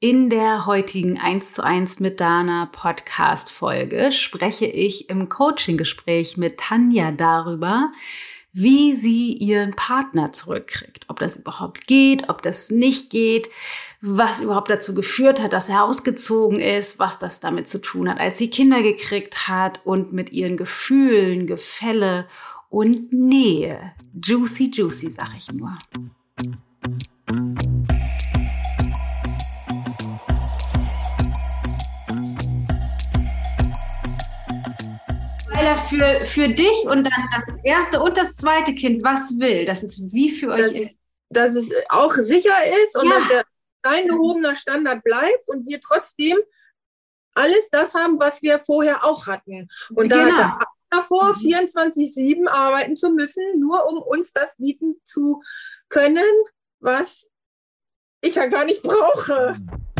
In der heutigen 1:1 mit Dana Podcast-Folge spreche ich im Coaching-Gespräch mit Tanja darüber, wie sie ihren Partner zurückkriegt. Ob das überhaupt geht, ob das nicht geht, was überhaupt dazu geführt hat, dass er ausgezogen ist, was das damit zu tun hat, als sie Kinder gekriegt hat und mit ihren Gefühlen, Gefälle und Nähe. Juicy, juicy, sag ich nur. Für dich und dann das erste und das zweite Kind, was will, dass es wie für euch ist. Dass es auch sicher ist und dass der eingehobener Standard bleibt und wir trotzdem alles das haben, was wir vorher auch hatten. Und davor 24/7 arbeiten zu müssen, nur um uns das bieten zu können, was ich ja gar nicht brauche.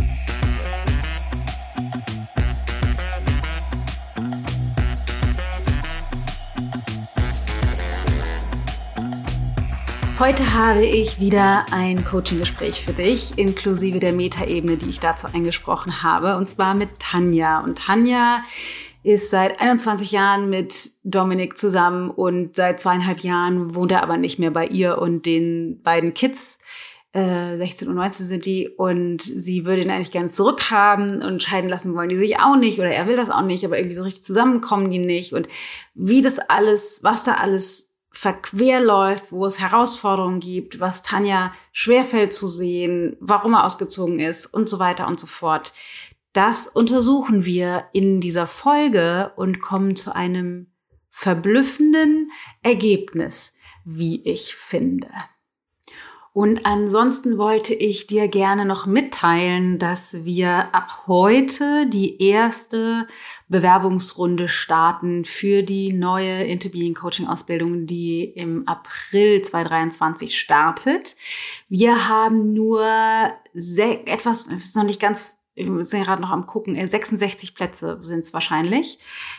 Heute habe ich wieder ein Coaching-Gespräch für dich, inklusive der Metaebene, die ich dazu eingesprochen habe, und zwar mit Tanja. Und Tanja ist seit 21 Jahren mit Dominik zusammen und seit 2,5 Jahren wohnt er aber nicht mehr bei ihr und den beiden Kids. 16 und 19 sind die und sie würde ihn eigentlich gerne zurückhaben und scheiden lassen wollen die sich auch nicht oder er will das auch nicht, aber irgendwie so richtig zusammenkommen die nicht und wie das alles, was da alles verquer läuft, wo es Herausforderungen gibt, was Tanja schwerfällt zu sehen, warum er ausgezogen ist und so weiter und so fort. Das untersuchen wir in dieser Folge und kommen zu einem verblüffenden Ergebnis, wie ich finde. Und ansonsten wollte ich dir gerne noch mitteilen, dass wir ab heute die erste Bewerbungsrunde starten für die neue Into Being Coaching Ausbildung, die im April 2023 startet. Wir haben nur etwas, ist noch nicht ganz, wir sind gerade noch am gucken, 66 Plätze sind es wahrscheinlich.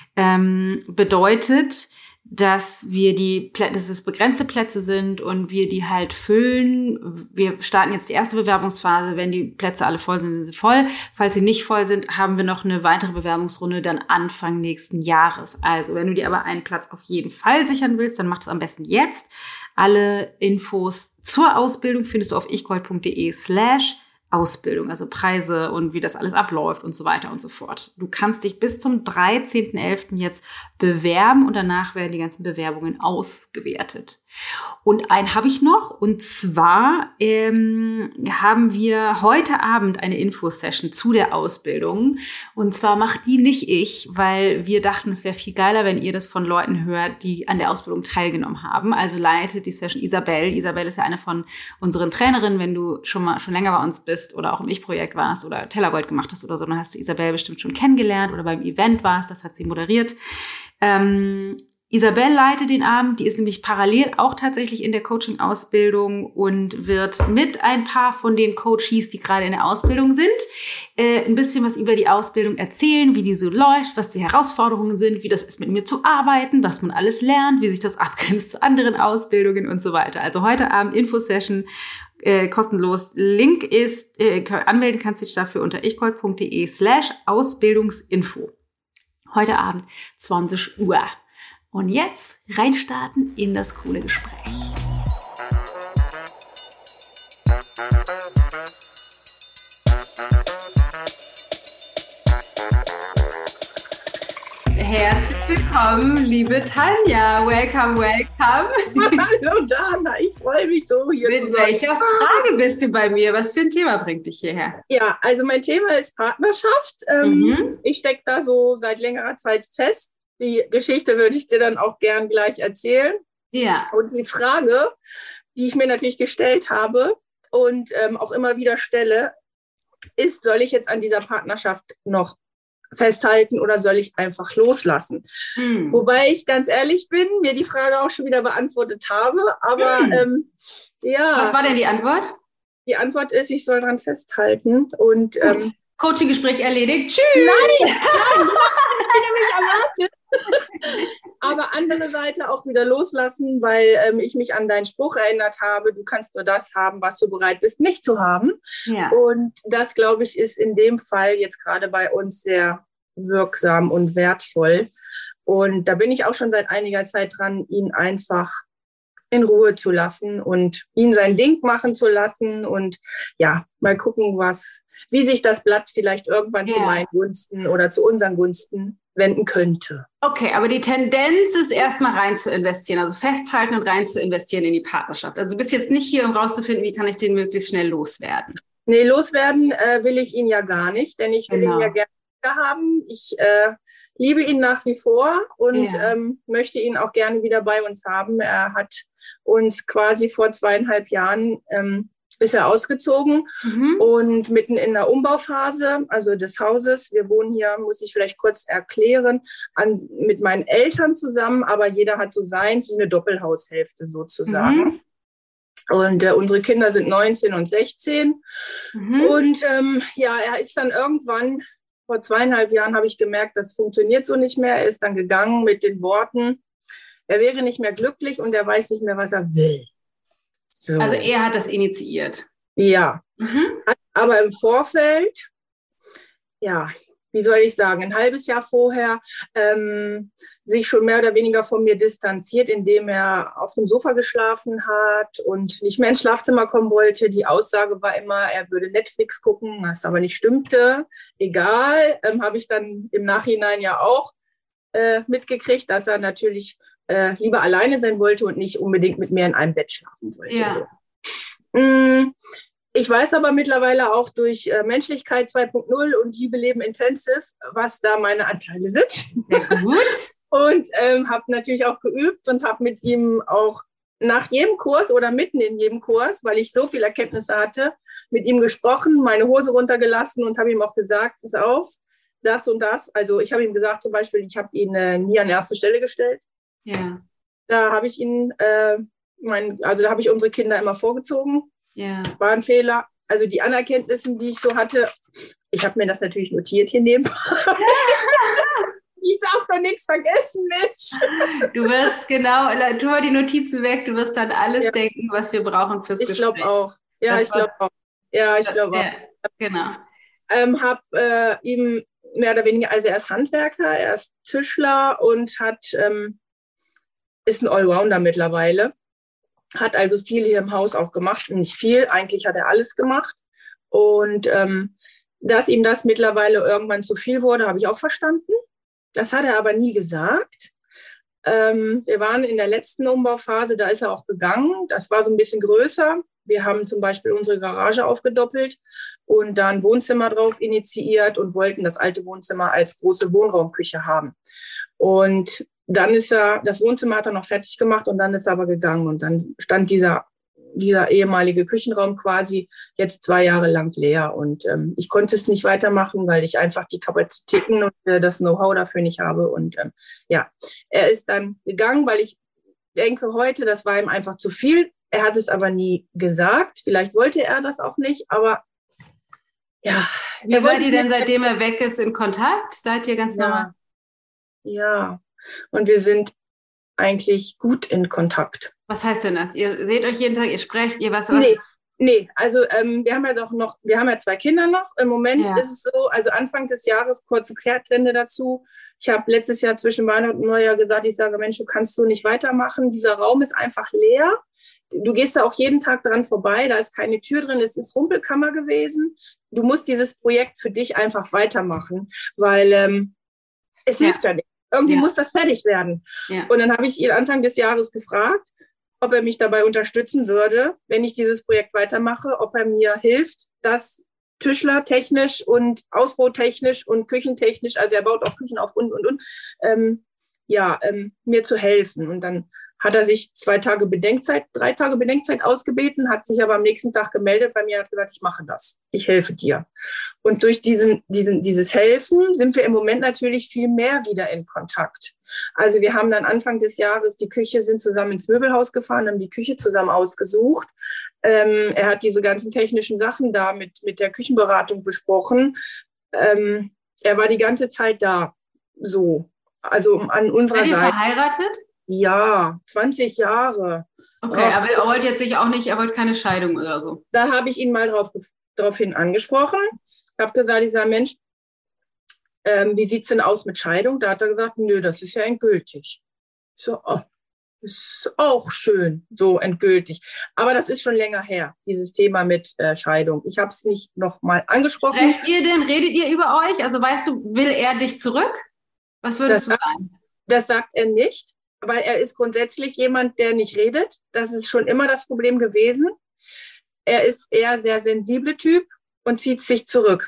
Bedeutet, dass es begrenzte Plätze sind und wir die halt füllen. Wir starten jetzt die erste Bewerbungsphase. Wenn die Plätze alle voll sind, sind sie voll. Falls sie nicht voll sind, haben wir noch eine weitere Bewerbungsrunde dann Anfang nächsten Jahres. Also, wenn du dir aber einen Platz auf jeden Fall sichern willst, dann mach das am besten jetzt. Alle Infos zur Ausbildung findest du auf ichgold.de/Ausbildung, also Preise und wie das alles abläuft und so weiter und so fort. Du kannst dich bis zum 13.11. jetzt bewerben und danach werden die ganzen Bewerbungen ausgewertet. Und einen habe ich noch, und zwar haben wir heute Abend eine Infosession zu der Ausbildung. Und zwar macht die nicht ich, weil wir dachten, es wäre viel geiler, wenn ihr das von Leuten hört, die an der Ausbildung teilgenommen haben. Also leitet die Session Isabel. Isabel ist ja eine von unseren Trainerinnen. Wenn du schon länger bei uns bist oder auch im Ich-Projekt warst oder Tellergold gemacht hast oder so, dann hast du Isabel bestimmt schon kennengelernt oder beim Event warst, das hat sie moderiert. Isabel leitet den Abend, die ist nämlich parallel auch tatsächlich in der Coaching-Ausbildung und wird mit ein paar von den Coaches, die gerade in der Ausbildung sind, ein bisschen was über die Ausbildung erzählen, wie die so läuft, was die Herausforderungen sind, wie das ist, mit mir zu arbeiten, was man alles lernt, wie sich das abgrenzt zu anderen Ausbildungen und so weiter. Also heute Abend Infosession, kostenlos. Link ist, anmelden kannst du dich dafür unter ichgold.de/Ausbildungsinfo. Heute Abend 20 Uhr. Und jetzt reinstarten in das coole Gespräch. Herzlich willkommen, liebe Tanja. Welcome, welcome. Hallo Dana, ich freue mich so hier zu sein. Mit welcher Frage bist du bei mir? Was für ein Thema bringt dich hierher? Ja, also mein Thema ist Partnerschaft. Ich stecke da so seit längerer Zeit fest. Die Geschichte würde ich dir dann auch gern gleich erzählen. Ja. Und die Frage, die ich mir natürlich gestellt habe und auch immer wieder stelle, ist, soll ich jetzt an dieser Partnerschaft noch festhalten oder soll ich einfach loslassen? Wobei ich ganz ehrlich bin, mir die Frage auch schon wieder beantwortet habe. Aber ja. Was war denn die Antwort? Die Antwort ist, ich soll daran festhalten. Und Coaching-Gespräch erledigt. Tschüss! Nein, ich nämlich erwartet. Aber andere Seite auch wieder loslassen, weil ich mich an deinen Spruch erinnert habe, du kannst nur das haben, was du bereit bist, nicht zu haben. Ja. Und das, glaube ich, ist in dem Fall jetzt gerade bei uns sehr wirksam und wertvoll. Und da bin ich auch schon seit einiger Zeit dran, ihn einfach in Ruhe zu lassen und ihn sein Ding machen zu lassen und ja, mal gucken, wie sich das Blatt vielleicht irgendwann zu meinen Gunsten oder zu unseren Gunsten wenden könnte. Okay, aber die Tendenz ist erstmal rein zu investieren, also festhalten und rein zu investieren in die Partnerschaft. Also du bist jetzt nicht hier, um rauszufinden, wie kann ich den möglichst schnell loswerden. Nee, loswerden will ich ihn ja gar nicht, denn ich will ihn ja gerne haben. Ich liebe ihn nach wie vor und möchte ihn auch gerne wieder bei uns haben. Er hat uns quasi vor 2,5 Jahren ist er ausgezogen und mitten in der Umbauphase, also des Hauses. Wir wohnen hier, muss ich vielleicht kurz erklären, mit meinen Eltern zusammen, aber jeder hat so seins, wie eine Doppelhaushälfte sozusagen. Und unsere Kinder sind 19 und 16. Und er ist dann irgendwann, vor 2,5 Jahren habe ich gemerkt, das funktioniert so nicht mehr. Er ist dann gegangen mit den Worten, er wäre nicht mehr glücklich und er weiß nicht mehr, was er will. So. Also er hat das initiiert. Ja, aber im Vorfeld, wie soll ich sagen, ein halbes Jahr vorher sich schon mehr oder weniger von mir distanziert, indem er auf dem Sofa geschlafen hat und nicht mehr ins Schlafzimmer kommen wollte. Die Aussage war immer, er würde Netflix gucken, was aber nicht stimmte. Egal, habe ich dann im Nachhinein ja auch mitgekriegt, dass er natürlich lieber alleine sein wollte und nicht unbedingt mit mir in einem Bett schlafen wollte. Ja. So. Ich weiß aber mittlerweile auch durch Menschlichkeit 2.0 und Liebe Leben Intensive, was da meine Anteile sind. Sehr gut. Und habe natürlich auch geübt und habe mit ihm auch nach jedem Kurs oder mitten in jedem Kurs, weil ich so viele Erkenntnisse hatte, mit ihm gesprochen, meine Hose runtergelassen und habe ihm auch gesagt, pass auf, das und das. Also ich habe ihm gesagt zum Beispiel, ich habe ihn nie an erste Stelle gestellt. Ja. Da habe ich ihn, da habe ich unsere Kinder immer vorgezogen. Ja. War ein Fehler. Also die Anerkenntnisse, die ich so hatte, ich habe mir das natürlich notiert hier nebenbei. Ich darf doch nichts vergessen, Mensch. Du wirst tu mal die Notizen weg, du wirst dann alles denken, was wir brauchen fürs Gespräch. Ich glaube auch. Ja, ich glaube auch. Ja, ich glaube auch. Genau. Habe ihm mehr oder weniger, also er ist Handwerker, er ist Tischler und ist ein Allrounder mittlerweile. Hat also viel hier im Haus auch gemacht. Nicht viel, eigentlich hat er alles gemacht. Und dass ihm das mittlerweile irgendwann zu viel wurde, habe ich auch verstanden. Das hat er aber nie gesagt. Wir waren in der letzten Umbauphase, da ist er auch gegangen. Das war so ein bisschen größer. Wir haben zum Beispiel unsere Garage aufgedoppelt und da ein Wohnzimmer drauf initiiert und wollten das alte Wohnzimmer als große Wohnraumküche haben. Und dann das Wohnzimmer hat er noch fertig gemacht und dann ist er aber gegangen. Und dann stand dieser ehemalige Küchenraum quasi jetzt 2 Jahre lang leer. Und ich konnte es nicht weitermachen, weil ich einfach die Kapazitäten und das Know-how dafür nicht habe. Und er ist dann gegangen, weil ich denke heute, das war ihm einfach zu viel. Er hat es aber nie gesagt. Vielleicht wollte er das auch nicht, aber ja. Wie seid ihr denn, seitdem er weg ist, in Kontakt? Seid ihr ganz normal? Ja. Und wir sind eigentlich gut in Kontakt. Was heißt denn das? Ihr seht euch jeden Tag, ihr sprecht, ihr was? Nee, also wir haben ja 2 Kinder noch. Im Moment ist es so, also Anfang des Jahres, kurze Kehrtwende dazu. Ich habe letztes Jahr zwischen Weihnachten und Neujahr gesagt, ich sage, Mensch, du kannst so nicht weitermachen. Dieser Raum ist einfach leer. Du gehst da auch jeden Tag dran vorbei, da ist keine Tür drin, es ist Rumpelkammer gewesen. Du musst dieses Projekt für dich einfach weitermachen, weil es hilft ja nicht. Irgendwie muss das fertig werden. Ja. Und dann habe ich ihn Anfang des Jahres gefragt, ob er mich dabei unterstützen würde, wenn ich dieses Projekt weitermache, ob er mir hilft, das tischlertechnisch und ausbautechnisch und küchentechnisch, also er baut auch Küchen auf und, mir zu helfen. Und dann hat er sich 3 Tage Bedenkzeit ausgebeten, hat sich aber am nächsten Tag gemeldet bei mir und hat gesagt, ich mache das, ich helfe dir. Und durch dieses Helfen sind wir im Moment natürlich viel mehr wieder in Kontakt. Also wir haben dann Anfang des Jahres sind zusammen ins Möbelhaus gefahren, haben die Küche zusammen ausgesucht. Er hat diese ganzen technischen Sachen da mit der Küchenberatung besprochen. Er war die ganze Zeit da, so. Also an unserer Seite. Seid ihr verheiratet? Ja, 20 Jahre. Okay, aber er wollte jetzt sich auch nicht, er wollte keine Scheidung oder so. Da habe ich ihn mal daraufhin angesprochen. Ich habe gesagt, dieser Mensch, wie sieht es denn aus mit Scheidung? Da hat er gesagt, nö, das ist ja endgültig. So, oh, ist auch schön, so endgültig. Aber das ist schon länger her, dieses Thema mit Scheidung. Ich habe es nicht nochmal angesprochen. Redet ihr über euch? Also weißt du, will er dich zurück? Was würdest du sagen? Das sagt er nicht, weil er ist grundsätzlich jemand, der nicht redet. Das ist schon immer das Problem gewesen. Er ist eher sehr sensible Typ und zieht sich zurück.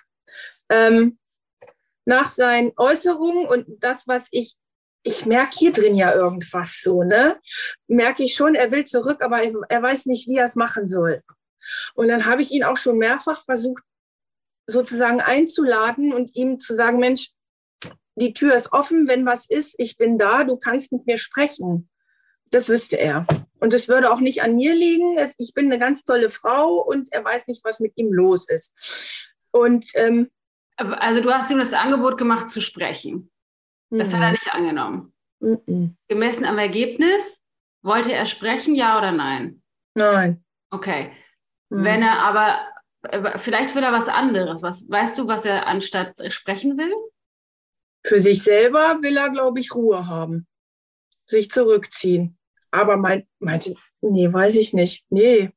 Nach seinen Äußerungen und das, was ich merke hier drin ja irgendwas so, ne? Merke ich schon, er will zurück, aber er weiß nicht, wie er es machen soll. Und dann habe ich ihn auch schon mehrfach versucht, sozusagen einzuladen und ihm zu sagen, Mensch, die Tür ist offen, wenn was ist, ich bin da, du kannst mit mir sprechen. Das wüsste er. Und es würde auch nicht an mir liegen. Ich bin eine ganz tolle Frau und er weiß nicht, was mit ihm los ist. Und also du hast ihm das Angebot gemacht, zu sprechen. Das hat er nicht angenommen. Gemessen am Ergebnis, wollte er sprechen, ja oder nein? Nein. Okay. Wenn er aber, vielleicht will er was anderes. Weißt du, was er anstatt sprechen will? Für sich selber will er, glaube ich, Ruhe haben. Sich zurückziehen. Aber meinte, nee, weiß ich nicht. Nee.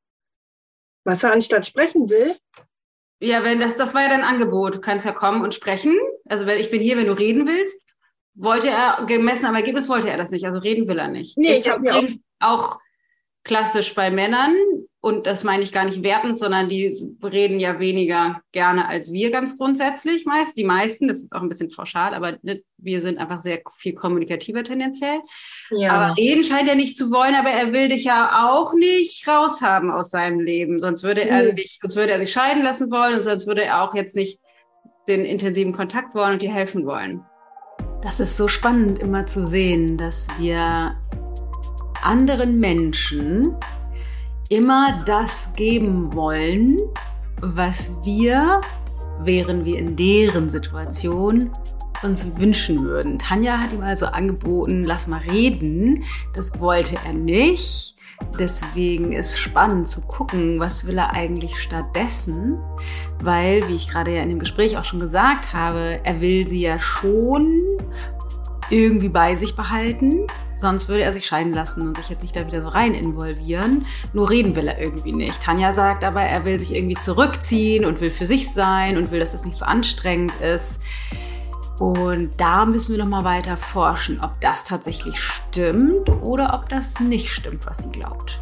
Was er anstatt sprechen will? Ja, das war ja dein Angebot. Du kannst ja kommen und sprechen. Also ich bin hier, wenn du reden willst. Gemessen am Ergebnis wollte er das nicht. Also reden will er nicht. Nee, ich habe mir auch klassisch bei Männern, und das meine ich gar nicht wertend, sondern die reden ja weniger gerne als wir ganz grundsätzlich meist. Die meisten, das ist auch ein bisschen pauschal, aber wir sind einfach sehr viel kommunikativer tendenziell. Ja. Aber reden scheint er nicht zu wollen, aber er will dich ja auch nicht raushaben aus seinem Leben. Sonst würde er sich scheiden lassen wollen und sonst würde er auch jetzt nicht den intensiven Kontakt wollen und dir helfen wollen. Das ist so spannend immer zu sehen, dass wir anderen Menschen immer das geben wollen, was wir, wären wir in deren Situation, uns wünschen würden. Tanja hat ihm also angeboten, lass mal reden. Das wollte er nicht. Deswegen ist spannend zu gucken, was will er eigentlich stattdessen, weil, wie ich gerade ja in dem Gespräch auch schon gesagt habe, er will sie ja schon irgendwie bei sich behalten, sonst würde er sich scheiden lassen und sich jetzt nicht da wieder so rein involvieren. Nur reden will er irgendwie nicht. Tanja sagt aber, er will sich irgendwie zurückziehen und will für sich sein und will, dass es nicht so anstrengend ist. Und da müssen wir noch mal weiter forschen, ob das tatsächlich stimmt oder ob das nicht stimmt, was sie glaubt.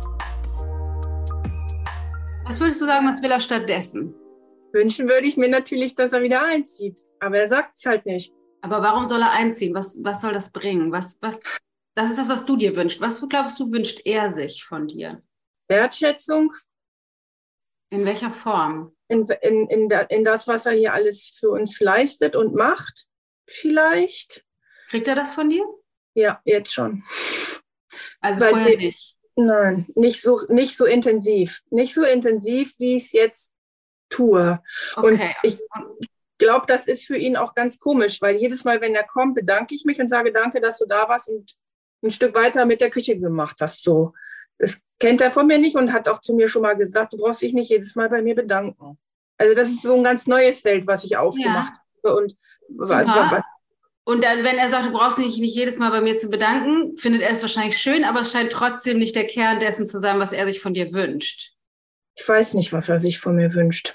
Was würdest du sagen, was will er stattdessen? Wünschen würde ich mir natürlich, dass er wieder einzieht. Aber er sagt es halt nicht. Aber warum soll er einziehen? Was soll das bringen? Das ist das, was du dir wünschst. Was glaubst du, wünscht er sich von dir? Wertschätzung. In welcher Form? In das, was er hier alles für uns leistet und macht, vielleicht. Kriegt er das von dir? Ja, jetzt schon. Also vorher nicht? Nein, nicht so intensiv. Nicht so intensiv, wie ich es jetzt tue. Okay. Und ich glaube, das ist für ihn auch ganz komisch, weil jedes Mal, wenn er kommt, bedanke ich mich und sage, danke, dass du da warst und ein Stück weiter mit der Küche gemacht hast. So. Das kennt er von mir nicht und hat auch zu mir schon mal gesagt, du brauchst dich nicht jedes Mal bei mir bedanken. Also das ist so ein ganz neues Feld, was ich aufgemacht habe. Und Und dann, wenn er sagt, du brauchst dich nicht jedes Mal bei mir zu bedanken, findet er es wahrscheinlich schön, aber es scheint trotzdem nicht der Kern dessen zu sein, was er sich von dir wünscht. Ich weiß nicht, was er sich von mir wünscht.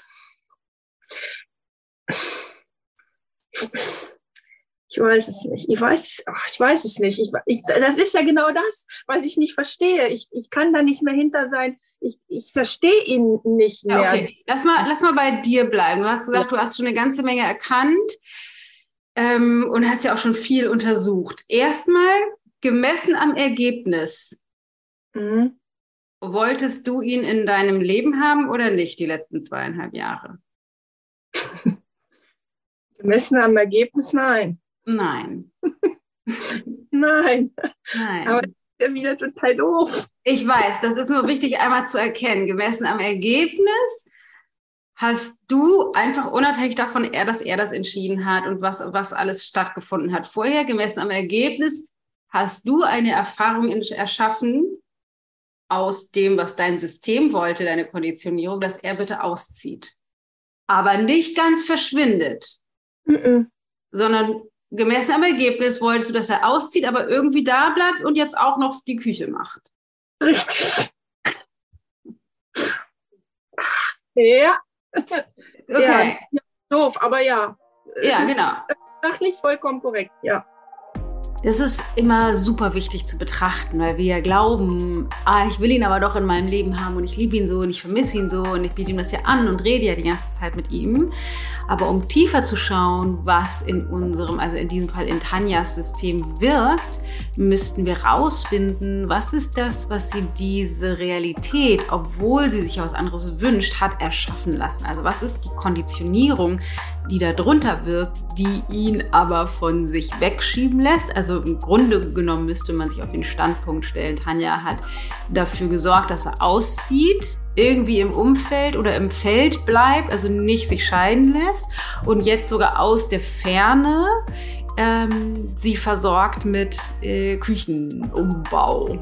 Ich weiß es nicht. Ich weiß es nicht. Das ist ja genau das, was ich nicht verstehe. Ich kann da nicht mehr hinter sein. Ich verstehe ihn nicht mehr. Ja, okay. Lass mal bei dir bleiben. Du hast gesagt, du hast schon eine ganze Menge erkannt und hast ja auch schon viel untersucht. Erstmal, gemessen am Ergebnis, wolltest du ihn in deinem Leben haben oder nicht die letzten 2,5 Jahre? Gemessen am Ergebnis, nein. Nein. Nein. Nein. Aber das ist ja wieder total doof. Ich weiß, das ist nur wichtig einmal zu erkennen. Gemessen am Ergebnis hast du einfach unabhängig davon, dass er das entschieden hat und was alles stattgefunden hat vorher, gemessen am Ergebnis, hast du eine Erfahrung erschaffen aus dem, was dein System wollte, deine Konditionierung, dass er bitte auszieht. Aber nicht ganz verschwindet, sondern gemessen am Ergebnis wolltest du, dass er auszieht, aber irgendwie da bleibt und jetzt auch noch die Küche macht. Richtig. Ja. Okay. Ja, doof, aber ja. Ja, genau. Sachlich vollkommen korrekt, ja. Das ist immer super wichtig zu betrachten, weil wir ja glauben, ich will ihn aber doch in meinem Leben haben und ich liebe ihn so und ich vermisse ihn so und ich biete ihm das ja an und rede ja die ganze Zeit mit ihm. Aber um tiefer zu schauen, was in unserem, also in diesem Fall in Tanjas System wirkt, müssten wir rausfinden, was ist das, was sie diese Realität, obwohl sie sich ja was anderes wünscht, hat erschaffen lassen. Also was ist die Konditionierung, die da drunter wirkt, die ihn aber von sich wegschieben lässt. Also im Grunde genommen müsste man sich auf den Standpunkt stellen, Tanja hat dafür gesorgt, dass er auszieht, irgendwie im Umfeld oder im Feld bleibt, also nicht sich scheiden lässt und jetzt sogar aus der Ferne sie versorgt mit Küchenumbau.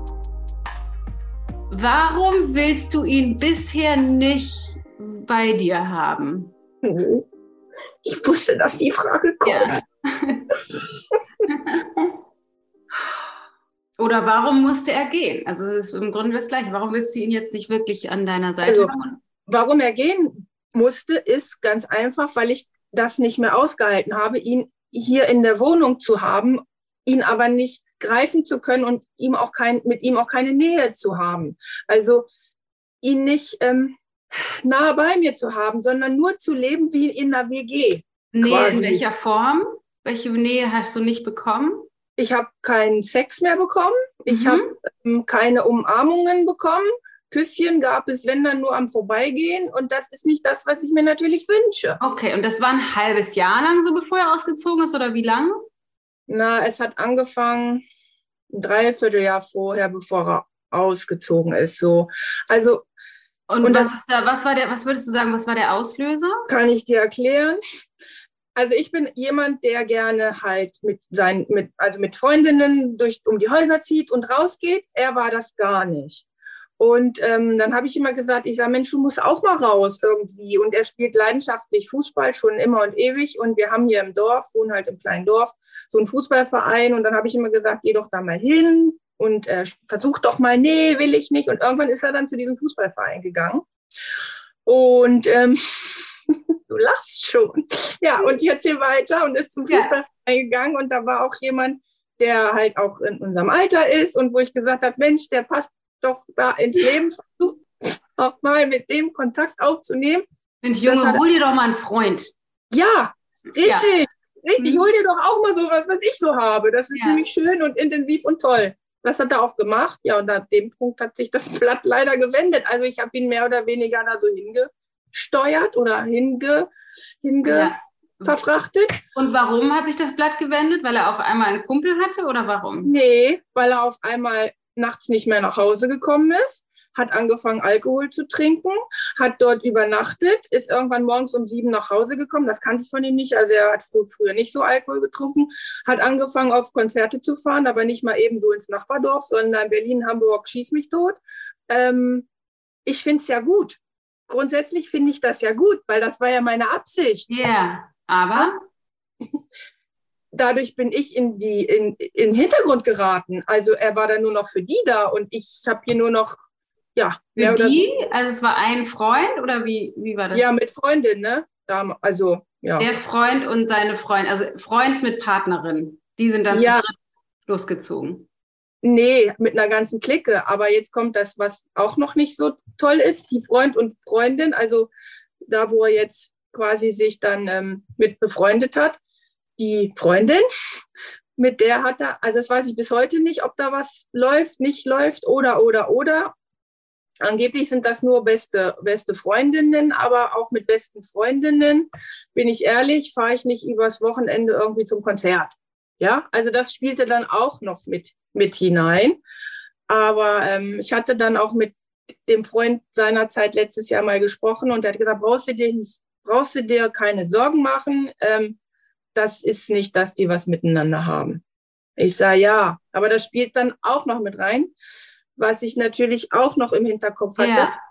Warum willst du ihn bisher nicht bei dir haben? Ich wusste, dass die Frage kommt. Ja. Oder warum musste er gehen? Also es ist im Grunde das Gleiche. Warum willst du ihn jetzt nicht wirklich an deiner Seite haben? Warum er gehen musste, ist ganz einfach, weil ich das nicht mehr ausgehalten habe, ihn hier in der Wohnung zu haben, ihn aber nicht greifen zu können und mit ihm auch keine Nähe zu haben. Also ihn nicht nahe bei mir zu haben, sondern nur zu leben wie in einer WG. Nähe quasi. In welcher Form? Welche Nähe hast du nicht bekommen? Ich habe keinen Sex mehr bekommen. Ich habe keine Umarmungen bekommen. Küsschen gab es, wenn dann nur am Vorbeigehen. Und das ist nicht das, was ich mir natürlich wünsche. Okay, und das war ein halbes Jahr lang so, bevor er ausgezogen ist, oder wie lange? Na, es hat angefangen ein Dreivierteljahr vorher, bevor er ausgezogen ist. So. Also, und was würdest du sagen, was war der Auslöser? Kann ich dir erklären. Also ich bin jemand, der gerne halt mit Freundinnen um die Häuser zieht und rausgeht. Er war das gar nicht. Und dann habe ich immer gesagt, Mensch, du musst auch mal raus irgendwie. Und er spielt leidenschaftlich Fußball schon immer und ewig. Und wir haben hier im Dorf, wohnen halt im kleinen Dorf, so einen Fußballverein. Und dann habe ich immer gesagt, geh doch da mal hin und versuch doch mal, nee, will ich nicht. Und irgendwann ist er dann zu diesem Fußballverein gegangen. Und du lachst schon. Ja, und jetzt hier weiter und ist zum Fußballverein gegangen. Und da war auch jemand, der halt auch in unserem Alter ist und wo ich gesagt habe, Mensch, der passt doch da ins Leben, versuch auch mal mit dem Kontakt aufzunehmen. Mensch, Junge, hol dir doch mal einen Freund. Ja, richtig. Richtig, hol dir doch auch mal sowas, was ich so habe. Das ist nämlich schön und intensiv und toll. Das hat er auch gemacht. Ja, und an dem Punkt hat sich das Blatt leider gewendet. Also ich habe ihn mehr oder weniger da so hingesteuert oder verfrachtet. Und warum hat sich das Blatt gewendet? Weil er auf einmal einen Kumpel hatte oder warum? Nee, weil er auf einmal nachts nicht mehr nach Hause gekommen ist, hat angefangen, Alkohol zu trinken, hat dort übernachtet, ist irgendwann morgens um 7 nach Hause gekommen. Das kannte ich von ihm nicht. Also er hat früher nicht so Alkohol getrunken, hat angefangen, auf Konzerte zu fahren, aber nicht mal eben so ins Nachbardorf, sondern Berlin, Hamburg, schieß mich tot. Ich finde es ja gut. Grundsätzlich finde ich das ja gut, weil das war ja meine Absicht. Ja, aber dadurch bin ich in den Hintergrund geraten. Also er war dann nur noch für die da und ich habe hier nur noch, Für die? Also es war ein Freund oder wie war das? Ja, mit Freundin, ne? Also, ja. Der Freund und seine Freundin, also Freund mit Partnerin, die sind dann zu dritt losgezogen. Nee, mit einer ganzen Clique. Aber jetzt kommt das, was auch noch nicht so toll ist, die Freund und Freundin, also da, wo er jetzt quasi sich dann mit befreundet hat, die Freundin, mit der hat er, also das weiß ich bis heute nicht, ob da was läuft, nicht läuft oder. Angeblich sind das nur beste Freundinnen, aber auch mit besten Freundinnen, bin ich ehrlich, fahre ich nicht übers Wochenende irgendwie zum Konzert. Ja, also das spielte dann auch noch mit hinein. Aber ich hatte dann auch mit dem Freund seinerzeit letztes Jahr mal gesprochen und er hat gesagt, brauchst du dir keine Sorgen machen. Das ist nicht, dass die was miteinander haben. Ich sage ja, aber das spielt dann auch noch mit rein, was ich natürlich auch noch im Hinterkopf hatte. Ja.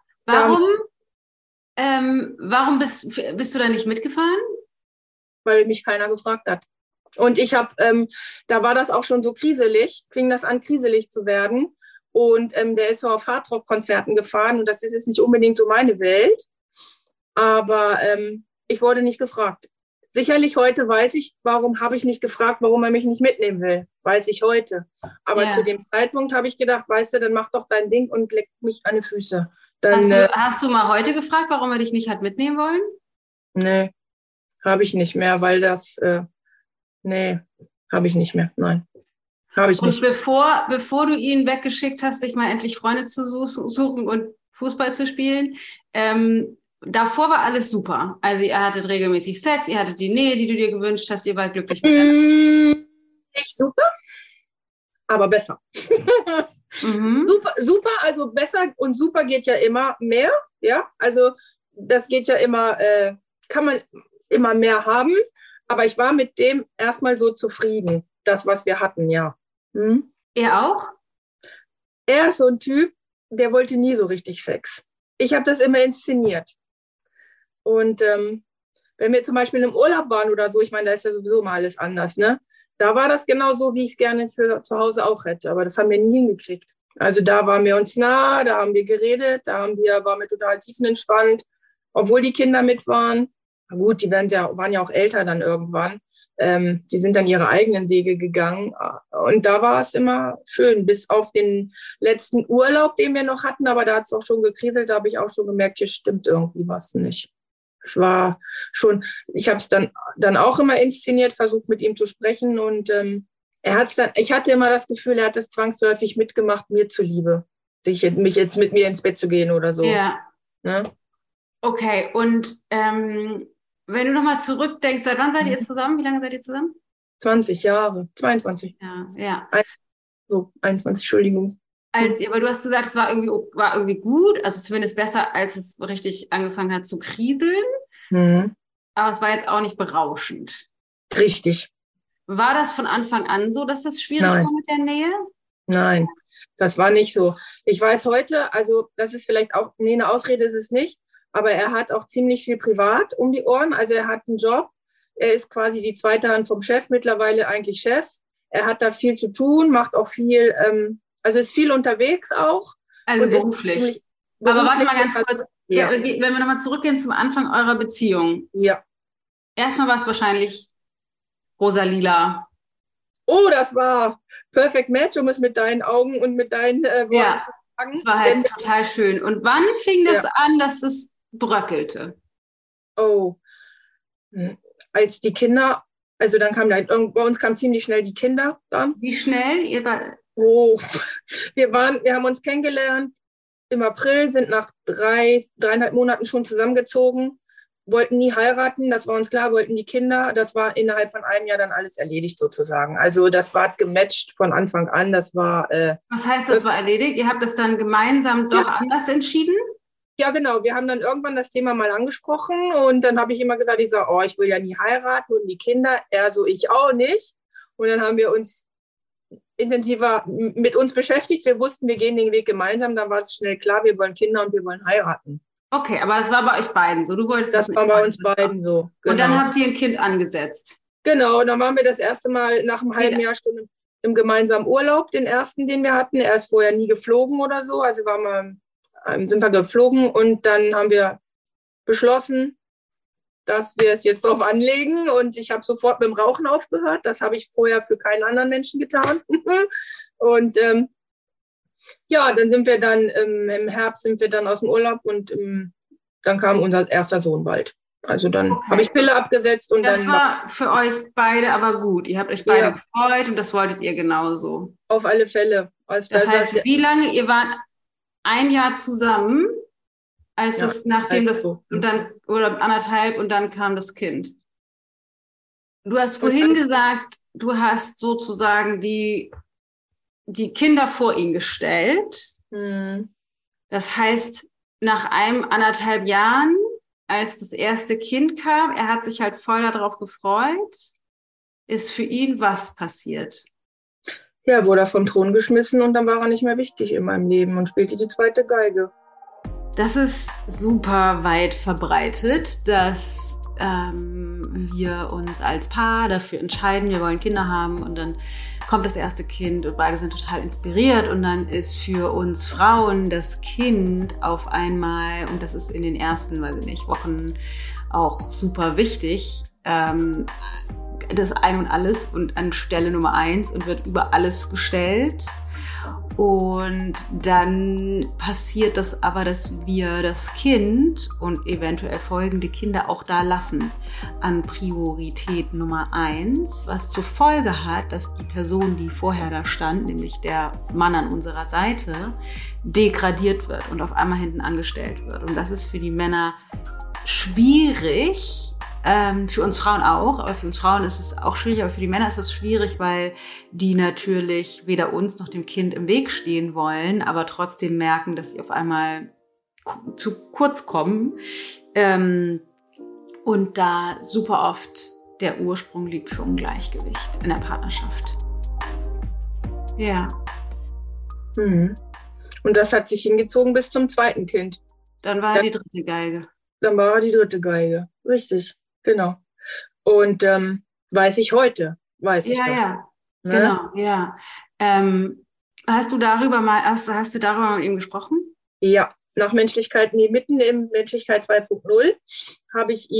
Warum bist du da nicht mitgefahren? Weil mich keiner gefragt hat. Und ich habe, da war das auch schon so kriselig, fing das an kriselig zu werden. Und der ist so auf Hardrock-Konzerten gefahren und das ist jetzt nicht unbedingt so meine Welt. Aber ich wurde nicht gefragt. Sicherlich heute weiß ich, warum habe ich nicht gefragt, warum er mich nicht mitnehmen will. Weiß ich heute. Aber zu dem Zeitpunkt habe ich gedacht, weißt du, dann mach doch dein Ding und leck mich an die Füße. Dann, hast du mal heute gefragt, warum er dich nicht hat mitnehmen wollen? Nee, habe ich nicht mehr, weil das, nee, habe ich nicht mehr. Nein, habe ich nicht. Und bevor du ihn weggeschickt hast, sich mal endlich Freunde zu suchen und Fußball zu spielen, davor war alles super. Also ihr hattet regelmäßig Sex, ihr hattet die Nähe, die du dir gewünscht hast, ihr wart glücklich miteinander. Nicht super, aber besser. Super, also besser und super geht ja immer mehr, ja, also das geht ja immer, kann man immer mehr haben, aber ich war mit dem erstmal so zufrieden, das, was wir hatten, ja. Er auch? Er ist so ein Typ, der wollte nie so richtig Sex. Ich habe das immer inszeniert. Und wenn wir zum Beispiel im Urlaub waren oder so, ich meine, da ist ja sowieso mal alles anders, ne? Da war das genau so, wie ich es gerne für zu Hause auch hätte. Aber das haben wir nie hingekriegt. Also da waren wir uns nah, da haben wir geredet, waren wir total tiefenentspannt, obwohl die Kinder mit waren. Na gut, die waren ja auch älter dann irgendwann. Die sind dann ihre eigenen Wege gegangen. Und da war es immer schön, bis auf den letzten Urlaub, den wir noch hatten. Aber da hat es auch schon gekriselt, da habe ich auch schon gemerkt, hier stimmt irgendwie was nicht. Es war schon, ich habe es dann auch immer inszeniert, versucht mit ihm zu sprechen und ich hatte immer das Gefühl, er hat es zwangsläufig mitgemacht, mir zuliebe, mich jetzt mit mir ins Bett zu gehen oder so. Ja. Ne? Okay, und wenn du nochmal zurückdenkst, seit wann seid ihr zusammen? Wie lange seid ihr zusammen? 20 Jahre, 22. Ja. 21, Entschuldigung. Aber du hast gesagt, es war irgendwie gut, also zumindest besser, als es richtig angefangen hat zu kriseln. Aber es war jetzt auch nicht berauschend. Richtig. War das von Anfang an so, dass das schwierig war mit der Nähe? Nein, das war nicht so. Ich weiß heute, also das ist vielleicht auch, eine Ausrede ist es nicht, aber er hat auch ziemlich viel privat um die Ohren. Also er hat einen Job, er ist quasi die zweite Hand vom Chef, mittlerweile eigentlich Chef. Er hat da viel zu tun, macht auch viel, also ist viel unterwegs auch. Also beruflich. Aber warte mal ganz kurz, wenn wir nochmal zurückgehen zum Anfang eurer Beziehung. Ja. Erstmal war es wahrscheinlich rosa-lila. Oh, das war Perfect Match, um es mit deinen Augen und mit deinen Worten zu sagen. Es war halt total schön. Und wann fing das an, dass es bröckelte? Oh, als die Kinder, also dann kam bei uns kamen ziemlich schnell die Kinder dann. Wie schnell? Wir haben uns kennengelernt im April, sind nach 3,5 Monaten schon zusammengezogen, wollten nie heiraten, das war uns klar, wollten die Kinder, das war innerhalb von einem Jahr dann alles erledigt sozusagen. Also das war gematcht von Anfang an, das war... Was heißt, das war erledigt? Ihr habt das dann gemeinsam doch anders entschieden? Ja, genau. Wir haben dann irgendwann das Thema mal angesprochen und dann habe ich immer gesagt, ich will ja nie heiraten und die Kinder, er so, ich auch nicht. Und dann haben wir uns intensiver mit uns beschäftigt. Wir wussten, wir gehen den Weg gemeinsam. Dann war es schnell klar, wir wollen Kinder und wir wollen heiraten. Okay, aber das war bei euch beiden so. Du wolltest das war bei uns beiden so. Genau. Und dann habt ihr ein Kind angesetzt. Genau, dann waren wir das erste Mal nach einem halben Jahr schon im gemeinsamen Urlaub, den ersten, den wir hatten. Er ist vorher nie geflogen oder so. Also sind wir geflogen und dann haben wir beschlossen, dass wir es jetzt drauf anlegen und ich habe sofort mit dem Rauchen aufgehört. Das habe ich vorher für keinen anderen Menschen getan. Und dann sind wir dann im Herbst aus dem Urlaub und dann kam unser erster Sohn bald. Also dann habe ich Pille abgesetzt und das war für euch beide aber gut. Ihr habt euch beide gefreut und das wolltet ihr genauso. Auf alle Fälle. Das heißt, wie lange? Ihr wart ein Jahr zusammen, als es nachdem das und dann oder 1,5 und dann kam das Kind. Du hast vorhin gesagt, du hast sozusagen die Kinder vor ihn gestellt. Das heißt, nach 1,5 Jahren, als das erste Kind kam, er hat sich halt voll darauf gefreut, ist für ihn was passiert? Ja, wurde er vom Thron geschmissen und dann war er nicht mehr wichtig in meinem Leben und spielte die zweite Geige. Das ist super weit verbreitet, dass wir uns als Paar dafür entscheiden, wir wollen Kinder haben und dann kommt das erste Kind und beide sind total inspiriert und dann ist für uns Frauen das Kind auf einmal, und das ist in den ersten, weiß ich nicht, Wochen auch super wichtig, das Ein und Alles und an Stelle Nummer 1 und wird über alles gestellt. Und dann passiert das aber, dass wir das Kind und eventuell folgende Kinder auch da lassen an Priorität Nummer 1, was zur Folge hat, dass die Person, die vorher da stand, nämlich der Mann an unserer Seite, degradiert wird und auf einmal hinten angestellt wird. Und das ist für die Männer schwierig, für uns Frauen auch, aber für uns Frauen ist es auch schwierig, aber für die Männer ist es schwierig, weil die natürlich weder uns noch dem Kind im Weg stehen wollen, aber trotzdem merken, dass sie auf einmal zu kurz kommen. Und da super oft der Ursprung liegt für Ungleichgewicht in der Partnerschaft. Ja. Und das hat sich hingezogen bis zum zweiten Kind. Dann war die dritte Geige. Dann war die dritte Geige, richtig. Genau. Und weiß ich heute, weiß ich das. Ja, ne? Genau, ja. Hast du darüber mit ihm gesprochen? Ja, nach Menschlichkeit, mitten im Menschlichkeit 2.0 habe ich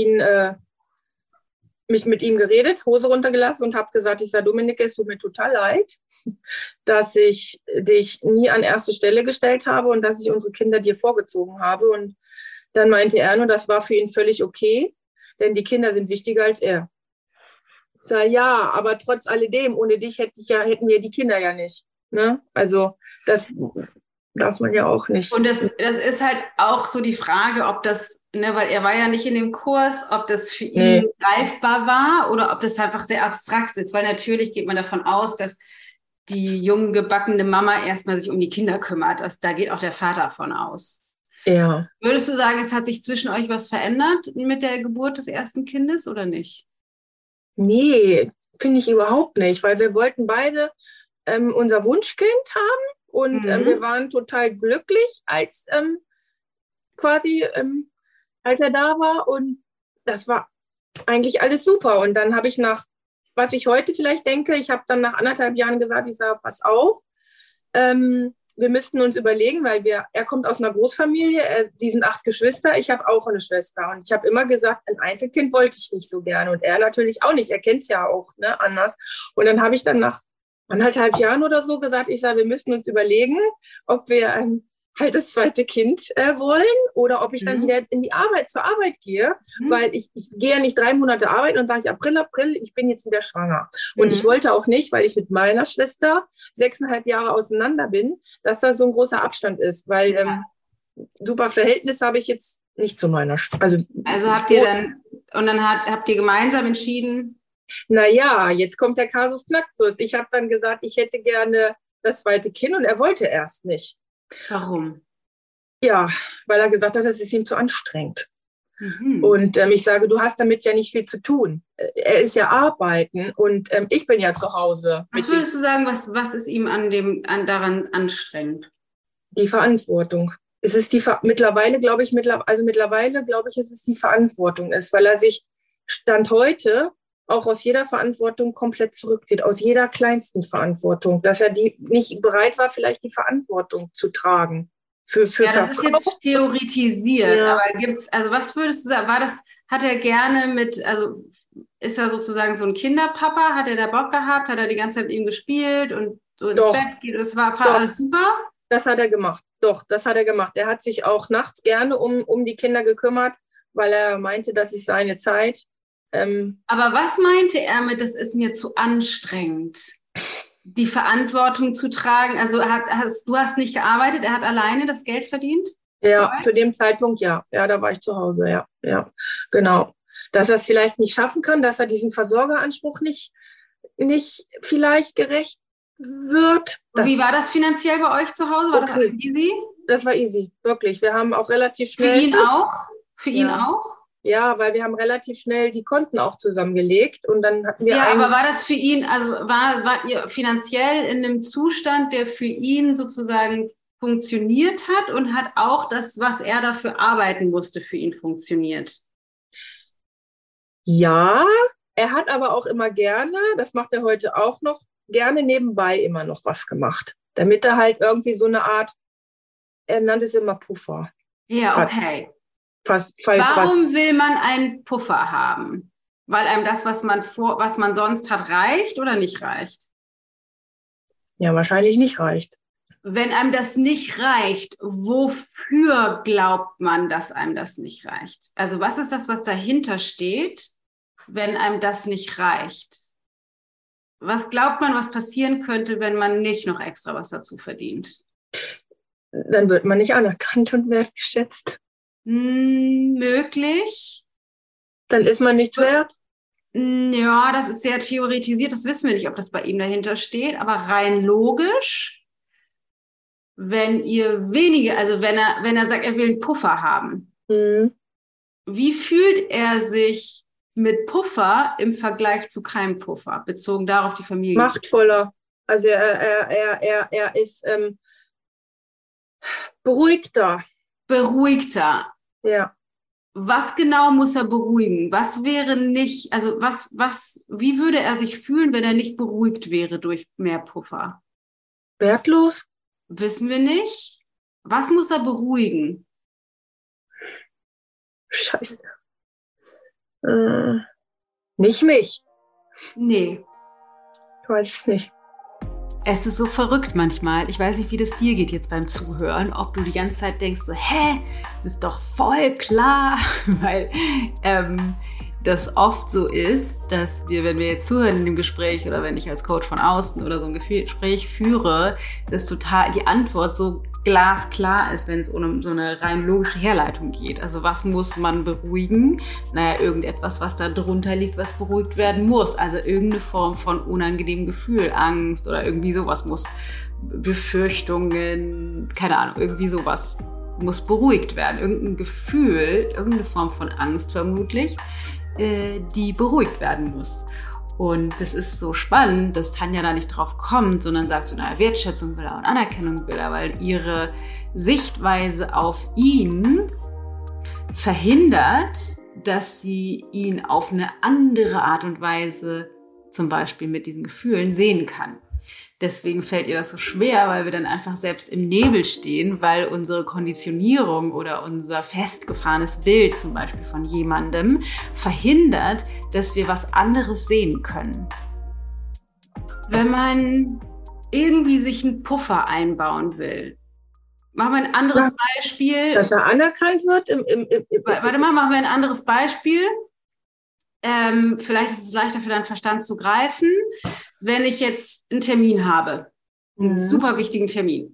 mich mit ihm geredet, Hose runtergelassen und habe gesagt, ich sage, Dominik, es tut mir total leid, dass ich dich nie an erste Stelle gestellt habe und dass ich unsere Kinder dir vorgezogen habe. Und dann meinte er nur, das war für ihn völlig okay, denn die Kinder sind wichtiger als er. Ich sage, ja, aber trotz alledem, ohne dich hätten wir die Kinder ja nicht. Ne? Also das darf man ja auch nicht. Und das ist halt auch so die Frage, ob das, ne, weil er war ja nicht in dem Kurs, ob das für ihn greifbar war oder ob das einfach sehr abstrakt ist, weil natürlich geht man davon aus, dass die jung gebackene Mama erstmal sich um die Kinder kümmert. Da geht auch der Vater von aus. Ja. Würdest du sagen, es hat sich zwischen euch was verändert mit der Geburt des ersten Kindes oder nicht? Nee, finde ich überhaupt nicht, weil wir wollten beide unser Wunschkind haben und wir waren total glücklich, als als er da war und das war eigentlich alles super. Und dann habe ich was ich heute vielleicht denke, ich habe dann nach 1,5 Jahren gesagt, ich sage, pass auf, wir müssten uns überlegen, weil er kommt aus einer Großfamilie, die sind 8 Geschwister, ich habe auch eine Schwester. Und ich habe immer gesagt, ein Einzelkind wollte ich nicht so gerne. Und er natürlich auch nicht, er kennt es ja auch anders. Und dann habe ich dann nach 1,5 Jahren oder so gesagt, ich sage, wir müssen uns überlegen, ob wir halt das zweite Kind wollen oder ob ich dann wieder zur Arbeit gehe, weil ich gehe ja nicht 3 Monate arbeiten und sage ich, April, ich bin jetzt wieder schwanger. Und ich wollte auch nicht, weil ich mit meiner Schwester 6,5 Jahre auseinander bin, dass da so ein großer Abstand ist, weil super Verhältnis habe ich jetzt nicht zu meiner Schwester. Also habt ihr gemeinsam entschieden? Naja, jetzt kommt der Kasus Knacktus. Ich habe dann gesagt, ich hätte gerne das zweite Kind und er wollte erst nicht. Warum? Ja, weil er gesagt hat, das ist ihm zu anstrengend. Und ich sage, du hast damit ja nicht viel zu tun. Er ist ja arbeiten und ich bin ja zu Hause. Was würdest du sagen, was ist ihm daran anstrengend? Die Verantwortung. Es ist mittlerweile glaube ich, es ist die Verantwortung ist, weil er sich Stand heute auch aus jeder Verantwortung komplett zurückzieht, aus jeder kleinsten Verantwortung, dass er nicht bereit war, vielleicht die Verantwortung zu tragen. Das ist jetzt theoretisiert, aber was würdest du sagen, hat er gerne ist er sozusagen so ein Kinderpapa, hat er da Bock gehabt, hat er die ganze Zeit mit ihm gespielt und so ins Bett geht, das war alles super? Das hat er gemacht, das hat er gemacht. Er hat sich auch nachts gerne um die Kinder gekümmert, weil er meinte, das ist seine Zeit. Aber was meinte er mit, das ist mir zu anstrengend, die Verantwortung zu tragen? Also du hast nicht gearbeitet, er hat alleine das Geld verdient? Ja, zu dem Zeitpunkt ja. Ja, da war ich zu Hause, ja, genau. dass er es vielleicht nicht schaffen kann, dass er diesen Versorgeranspruch nicht vielleicht gerecht wird. Und wie war das finanziell bei euch zu Hause? War das alles easy? Das war easy, wirklich. Wir haben auch relativ schnell... Für ihn auch? Für ihn auch? Ja, weil wir haben relativ schnell die Konten auch zusammengelegt und dann hatten wir aber war das für ihn, also wart ihr finanziell in einem Zustand, der für ihn sozusagen funktioniert hat und hat auch das, was er dafür arbeiten musste, für ihn funktioniert? Ja, er hat aber auch immer gerne, das macht er heute auch noch, gerne nebenbei immer noch was gemacht, damit er halt irgendwie so eine Art, er nannte es immer Puffer. Ja, okay. Hat. Warum will man einen Puffer haben? Weil einem das, was man sonst hat, reicht oder nicht reicht? Ja, wahrscheinlich nicht reicht. Wenn einem das nicht reicht, wofür glaubt man, dass einem das nicht reicht? Also was ist das, was dahinter steht, wenn einem das nicht reicht? Was glaubt man, was passieren könnte, wenn man nicht noch extra was dazu verdient? Dann wird man nicht anerkannt und wertgeschätzt. Möglich. Dann ist man nichts wert? Ja, das ist sehr theoretisiert. Das wissen wir nicht, ob das bei ihm dahinter steht. Aber rein logisch, wenn ihr weniger, also wenn er sagt, er will einen Puffer haben, wie fühlt er sich mit Puffer im Vergleich zu keinem Puffer, bezogen darauf die Familie? Machtvoller. Also er ist beruhigter. Beruhigter. Ja. Was genau muss er beruhigen? Was wäre nicht, also wie würde er sich fühlen, wenn er nicht beruhigt wäre durch mehr Puffer? Wertlos? Wissen wir nicht. Was muss er beruhigen? Scheiße. Nicht mich. Nee. Ich weiß es nicht. Es ist so verrückt manchmal. Ich weiß nicht, wie das dir geht jetzt beim Zuhören. Ob du die ganze Zeit denkst so, es ist doch voll klar. Weil das oft so ist, dass wir, wenn wir jetzt zuhören in dem Gespräch oder wenn ich als Coach von außen oder so ein Gespräch führe, dass total die Antwort so glasklar ist, wenn es um so eine rein logische Herleitung geht. Also was muss man beruhigen? Naja, irgendetwas, was da drunter liegt, was beruhigt werden muss. Also irgendeine Form von unangenehmem Gefühl, Angst oder irgendwie sowas muss, Befürchtungen, keine Ahnung, irgendwie sowas muss beruhigt werden. Irgendein Gefühl, irgendeine Form von Angst vermutlich, die beruhigt werden muss. Und das ist so spannend, dass Tanja da nicht drauf kommt, sondern sagt so, Wertschätzung will er und Anerkennung will er, weil ihre Sichtweise auf ihn verhindert, dass sie ihn auf eine andere Art und Weise, zum Beispiel mit diesen Gefühlen, sehen kann. Deswegen fällt ihr das so schwer, weil wir dann einfach selbst im Nebel stehen, weil unsere Konditionierung oder unser festgefahrenes Bild zum Beispiel von jemandem verhindert, dass wir was anderes sehen können. Wenn man irgendwie sich einen Puffer einbauen will, machen wir ein anderes Beispiel. Dass er anerkannt wird? Machen wir ein anderes Beispiel. Vielleicht ist es leichter für deinen Verstand zu greifen. Wenn ich jetzt einen Termin habe, einen super wichtigen Termin,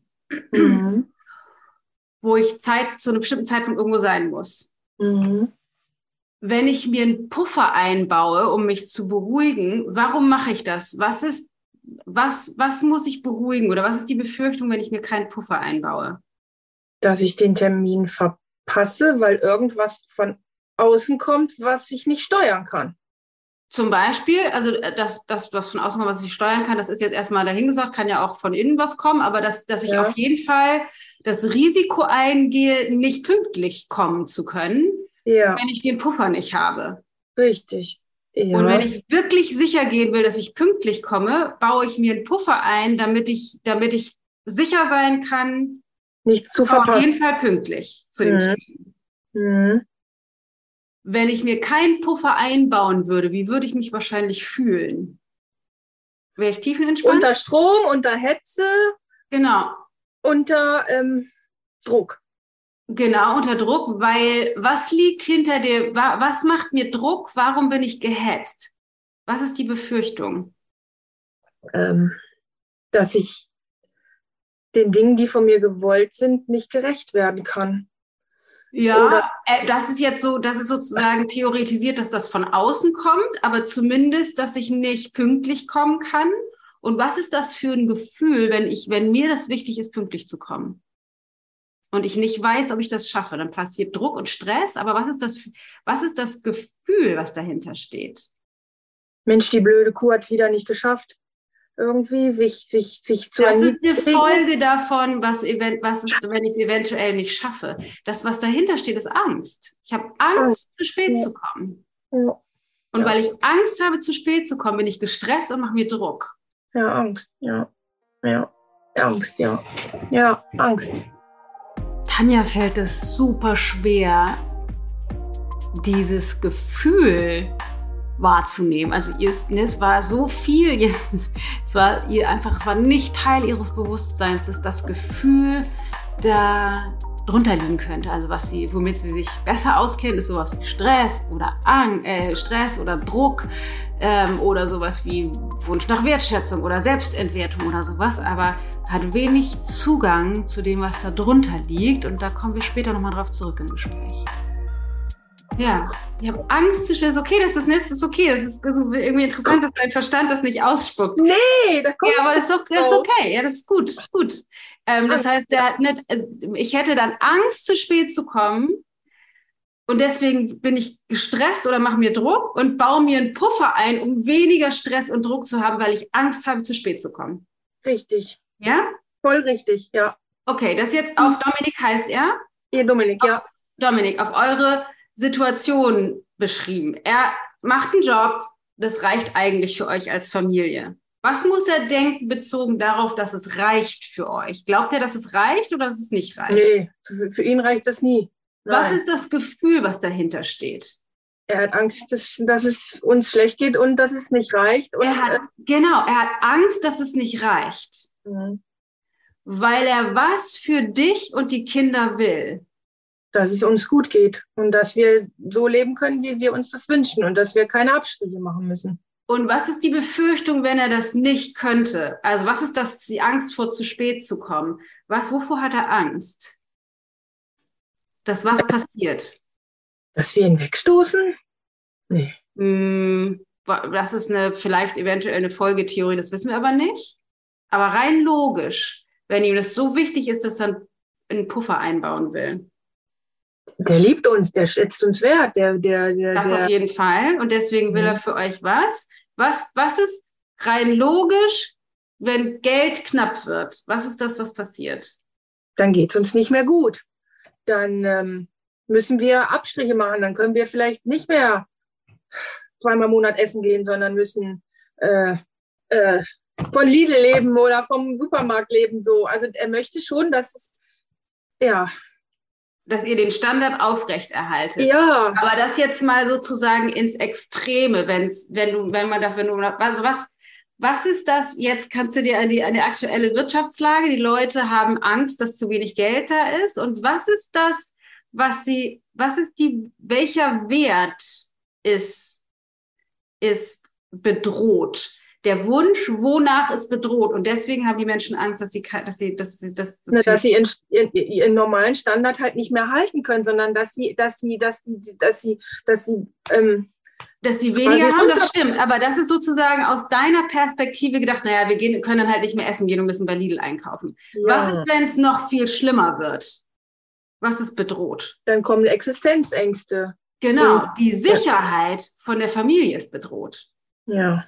wo ich zu einem bestimmten Zeitpunkt irgendwo sein muss. Wenn ich mir einen Puffer einbaue, um mich zu beruhigen, warum mache ich das? Was muss ich beruhigen oder was ist die Befürchtung, wenn ich mir keinen Puffer einbaue? Dass ich den Termin verpasse, weil irgendwas von außen kommt, was ich nicht steuern kann. Zum Beispiel, also das, was von außen kommt, was ich steuern kann, das ist jetzt erstmal dahingesagt, kann ja auch von innen was kommen, aber dass ich auf jeden Fall das Risiko eingehe, nicht pünktlich kommen zu können, wenn ich den Puffer nicht habe. Richtig. Ja. Und wenn ich wirklich sicher gehen will, dass ich pünktlich komme, baue ich mir einen Puffer ein, damit ich sicher sein kann, nicht zu verpassen. Auf jeden Fall pünktlich zu dem Termin. Wenn ich mir keinen Puffer einbauen würde, wie würde ich mich wahrscheinlich fühlen? Wäre ich tiefenentspannt? Unter Strom, unter Hetze. Genau. Unter Druck. Genau, unter Druck, weil was liegt hinter was macht mir Druck? Warum bin ich gehetzt? Was ist die Befürchtung? Dass ich den Dingen, die von mir gewollt sind, nicht gerecht werden kann. Ja, das ist jetzt so, das ist sozusagen theoretisiert, dass das von außen kommt, aber zumindest, dass ich nicht pünktlich kommen kann. Und was ist das für ein Gefühl, wenn mir das wichtig ist, pünktlich zu kommen? Und ich nicht weiß, ob ich das schaffe, dann passiert Druck und Stress. Aber was ist das Gefühl, was dahinter steht? Mensch, die blöde Kuh hat es wieder nicht geschafft, irgendwie sich zu erniedrigen. Das ist eine Folge davon, was ist, wenn ich es eventuell nicht schaffe. Das, was dahinter steht, ist Angst. Ich habe Angst, zu spät zu kommen. Ja. Und weil ich Angst habe, zu spät zu kommen, bin ich gestresst und mache mir Druck. Ja, Angst, ja. Angst, ja. Ja, Angst. Tanja fällt es super schwer, dieses Gefühl wahrzunehmen. Also es war so viel, es war nicht Teil ihres Bewusstseins, dass das Gefühl da drunter liegen könnte. Also womit sie sich besser auskennt, ist sowas wie Stress oder Druck oder sowas wie Wunsch nach Wertschätzung oder Selbstentwertung oder sowas, aber hat wenig Zugang zu dem, was da drunter liegt, und da kommen wir später nochmal drauf zurück im Gespräch. Ja, ich habe Angst zu schnell. Okay, das ist okay. Das ist irgendwie interessant, dass dein Verstand das nicht ausspuckt. Nee, da kommt aber das ist okay. Ja, das ist gut. Das heißt, ich hätte dann Angst, zu spät zu kommen, und deswegen bin ich gestresst oder mache mir Druck und baue mir einen Puffer ein, um weniger Stress und Druck zu haben, weil ich Angst habe, zu spät zu kommen. Richtig. Ja? Voll richtig, ja. Okay, das jetzt auf Dominik heißt er? Ja, Dominik, ja. Dominik, auf eure Situation beschrieben. Er macht einen Job, das reicht eigentlich für euch als Familie. Was muss er denken, bezogen darauf, dass es reicht für euch? Glaubt er, dass es reicht oder dass es nicht reicht? Nee, für ihn reicht das nie. Nein. Was ist das Gefühl, was dahinter steht? Er hat Angst, dass es uns schlecht geht und dass es nicht reicht. Und, er hat Angst, dass es nicht reicht. Mhm. Weil er was für dich und die Kinder will. Dass es uns gut geht und dass wir so leben können, wie wir uns das wünschen, und dass wir keine Abstriche machen müssen. Und was ist die Befürchtung, wenn er das nicht könnte? Also was ist die Angst vor, zu spät zu kommen? Wovor hat er Angst? Dass was passiert? Dass wir ihn wegstoßen? Nee. Das ist vielleicht eventuell eine Folgetheorie, das wissen wir aber nicht. Aber rein logisch, wenn ihm das so wichtig ist, dass er einen Puffer einbauen will. Der liebt uns, der schätzt uns wert. Das auf jeden Fall. Und deswegen will er für euch was? Was ist rein logisch, wenn Geld knapp wird? Was ist das, was passiert? Dann geht es uns nicht mehr gut. Dann müssen wir Abstriche machen. Dann können wir vielleicht nicht mehr zweimal im Monat essen gehen, sondern müssen von Lidl leben oder vom Supermarkt leben. So. Also er möchte schon, dass ihr den Standard aufrechterhaltet. Ja. Aber das jetzt mal sozusagen ins Extreme, was ist das? Jetzt kannst du dir an die aktuelle Wirtschaftslage, die Leute haben Angst, dass zu wenig Geld da ist. Und was ist das, welcher Wert ist bedroht? Der Wunsch, wonach ist bedroht. Und deswegen haben die Menschen Angst, dass sie ihren normalen Standard halt nicht mehr halten können, sondern dass sie weniger haben, das stimmt. Aber das ist sozusagen aus deiner Perspektive gedacht, naja, können dann halt nicht mehr essen gehen und müssen bei Lidl einkaufen. Ja. Was ist, wenn es noch viel schlimmer wird? Was ist bedroht? Dann kommen Existenzängste. Genau, die Sicherheit von der Familie ist bedroht. Ja.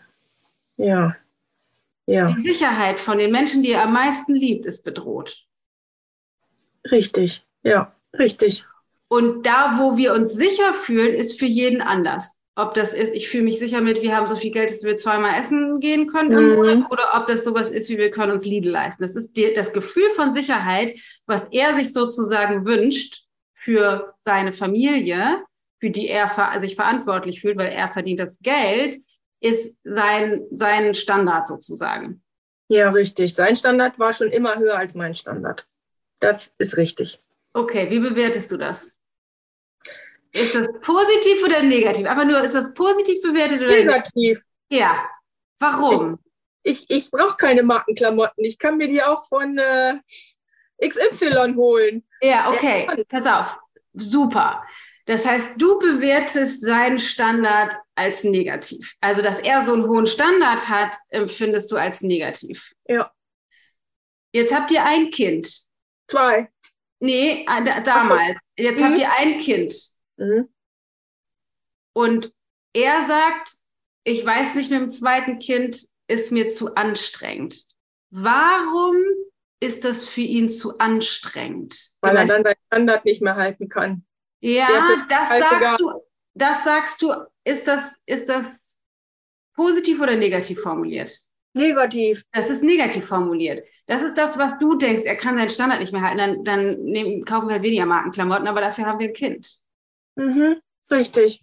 Die Sicherheit von den Menschen, die ihr am meisten liebt, ist bedroht. Richtig, ja, richtig. Und da, wo wir uns sicher fühlen, ist für jeden anders. Ob das ist, ich fühle mich sicher mit, wir haben so viel Geld, dass wir zweimal essen gehen können im Monat, oder ob das sowas ist, wie wir können uns Lidl leisten. Das ist das Gefühl von Sicherheit, was er sich sozusagen wünscht für seine Familie, für die er sich verantwortlich fühlt, weil er verdient das Geld, ist sein Standard sozusagen. Ja, richtig. Sein Standard war schon immer höher als mein Standard. Das ist richtig. Okay, wie bewertest du das? Ist das positiv oder negativ? Aber nur, ist das positiv bewertet oder negativ? Ja. Warum? Ich brauche keine Markenklamotten. Ich kann mir die auch von XY holen. Ja, okay. Pass auf. Super. Das heißt, du bewertest seinen Standard als negativ. Also, dass er so einen hohen Standard hat, empfindest du als negativ. Ja. Jetzt habt ihr ein Kind. 2. Nee, damals. Jetzt habt ihr ein Kind. Mhm. Und er sagt, ich weiß nicht, mit dem zweiten Kind ist mir zu anstrengend. Warum ist das für ihn zu anstrengend? Weil er dann seinen Standard nicht mehr halten kann. Ja, das sagst du, ist das positiv oder negativ formuliert? Negativ. Das ist negativ formuliert. Das ist das, was du denkst, er kann seinen Standard nicht mehr halten, dann kaufen wir halt weniger Markenklamotten, aber dafür haben wir ein Kind. Mhm, richtig.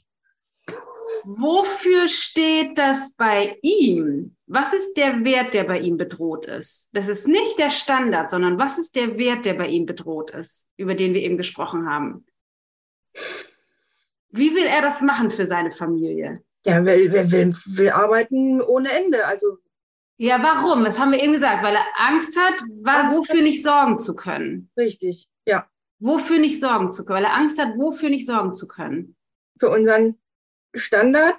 Wofür steht das bei ihm? Was ist der Wert, der bei ihm bedroht ist? Das ist nicht der Standard, sondern was ist der Wert, der bei ihm bedroht ist, über den wir eben gesprochen haben? Wie will er das machen für seine Familie? Ja, will arbeiten ohne Ende. Also ja, warum? Das haben wir eben gesagt, weil er Angst hat, wofür nicht sorgen zu können. Richtig, ja. Wofür nicht sorgen zu können, weil er Angst hat, wofür nicht sorgen zu können. Für unseren Standard,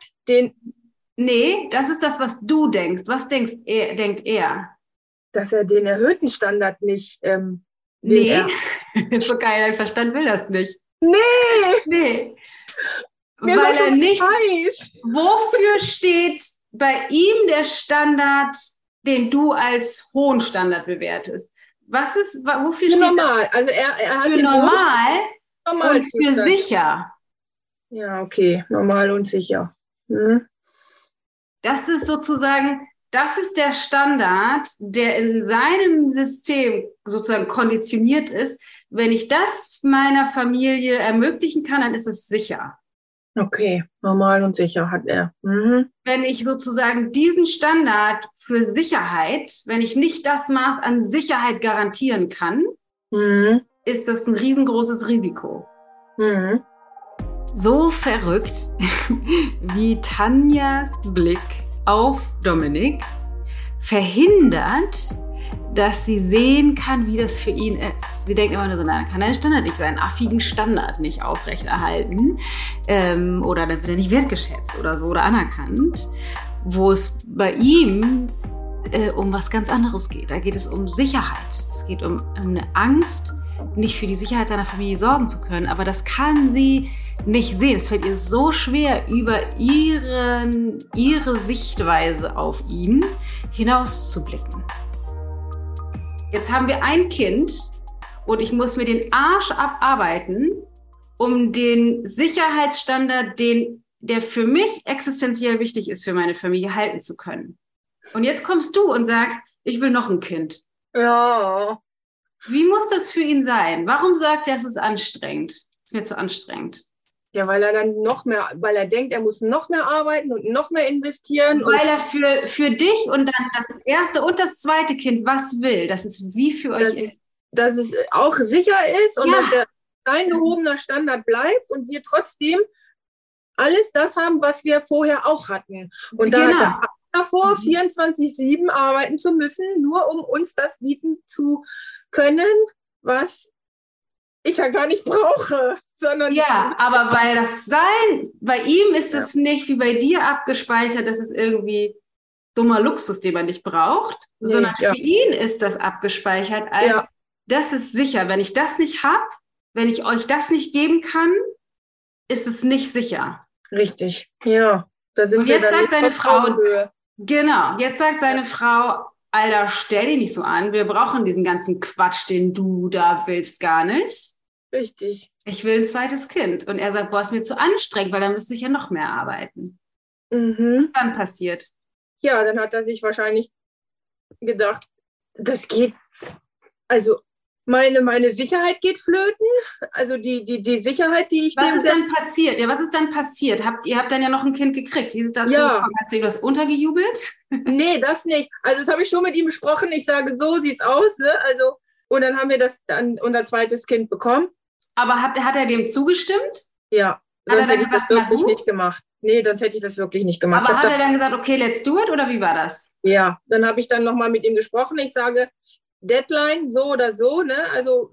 Nee, das ist das, was du denkst. Was denkt er? Dass er den erhöhten Standard nicht... nee, ist so geil, dein Verstand will das nicht. Nee. Weil er nicht weiß. Wofür steht bei ihm der Standard, den du als hohen Standard bewertest? Wofür steht normal? Also er hat für normal und für sicher. Ja, okay, normal und sicher. Hm. Das ist sozusagen, das ist der Standard, der in seinem System sozusagen konditioniert ist. Wenn ich das meiner Familie ermöglichen kann, dann ist es sicher. Okay, normal und sicher hat er. Mhm. Wenn ich sozusagen diesen Standard für Sicherheit, wenn ich nicht das Maß an Sicherheit garantieren kann, ist das ein riesengroßes Risiko. Mhm. So verrückt, wie Tanjas Blick auf Dominik verhindert, dass sie sehen kann, wie das für ihn ist. Sie denkt immer nur so, nein, kann dein Standard nicht seinen affigen Standard nicht aufrechterhalten oder dann wird er nicht wertgeschätzt oder so oder anerkannt, wo es bei ihm um was ganz anderes geht. Da geht es um Sicherheit. Es geht um eine Angst, nicht für die Sicherheit seiner Familie sorgen zu können, aber das kann sie nicht sehen. Es fällt ihr so schwer, über ihre Sichtweise auf ihn hinauszublicken. Jetzt haben wir ein Kind und ich muss mir den Arsch abarbeiten, um den Sicherheitsstandard, der für mich existenziell wichtig ist für meine Familie, halten zu können. Und jetzt kommst du und sagst, ich will noch ein Kind. Ja. Wie muss das für ihn sein? Warum sagt er, es ist anstrengend? Es ist mir zu anstrengend. Ja, weil er denkt, er muss noch mehr arbeiten und noch mehr investieren. Weil er für dich und dann das erste und das zweite Kind was will, dass es wie für euch ist. Dass es auch sicher ist und dass der ein gehobener Standard bleibt und wir trotzdem alles das haben, was wir vorher auch hatten. Und da hat er davor 24/7 arbeiten zu müssen, nur um uns das bieten zu können, was ich ja gar nicht brauche, sondern... Ja, aber bei ihm ist es nicht wie bei dir abgespeichert, dass es irgendwie dummer Luxus, den man nicht braucht, sondern für ihn ist das abgespeichert als, das ist sicher. Wenn ich das nicht habe, wenn ich euch das nicht geben kann, ist es nicht sicher. Richtig, ja. Da sind und wir jetzt dann sagt seine Frau, jetzt sagt seine Frau, Alter, stell dich nicht so an, wir brauchen diesen ganzen Quatsch, den du da willst, gar nicht. Richtig. Ich will ein zweites Kind. Und er sagt, boah, ist mir zu anstrengend, weil dann müsste ich ja noch mehr arbeiten. Mhm. Was dann passiert? Ja, dann hat er sich wahrscheinlich gedacht, das geht, also meine Sicherheit geht flöten, also die Sicherheit, die ich... Was ist dann passiert? Ja, was ist dann passiert? Ihr habt dann ja noch ein Kind gekriegt. Wie ist es dazu gekommen? Hast du ihm das untergejubelt? Nee, das nicht. Also das habe ich schon mit ihm besprochen. Ich sage, so sieht's aus. Ne? Also, und dann haben wir unser zweites Kind bekommen. Aber hat er dem zugestimmt? Ja, sonst hätte ich das wirklich nicht gemacht. Nee, sonst hätte ich das wirklich nicht gemacht. Aber hat er dann gesagt, okay, let's do it, oder wie war das? Ja, dann habe ich dann nochmal mit ihm gesprochen. Ich sage, Deadline, so oder so, ne? Also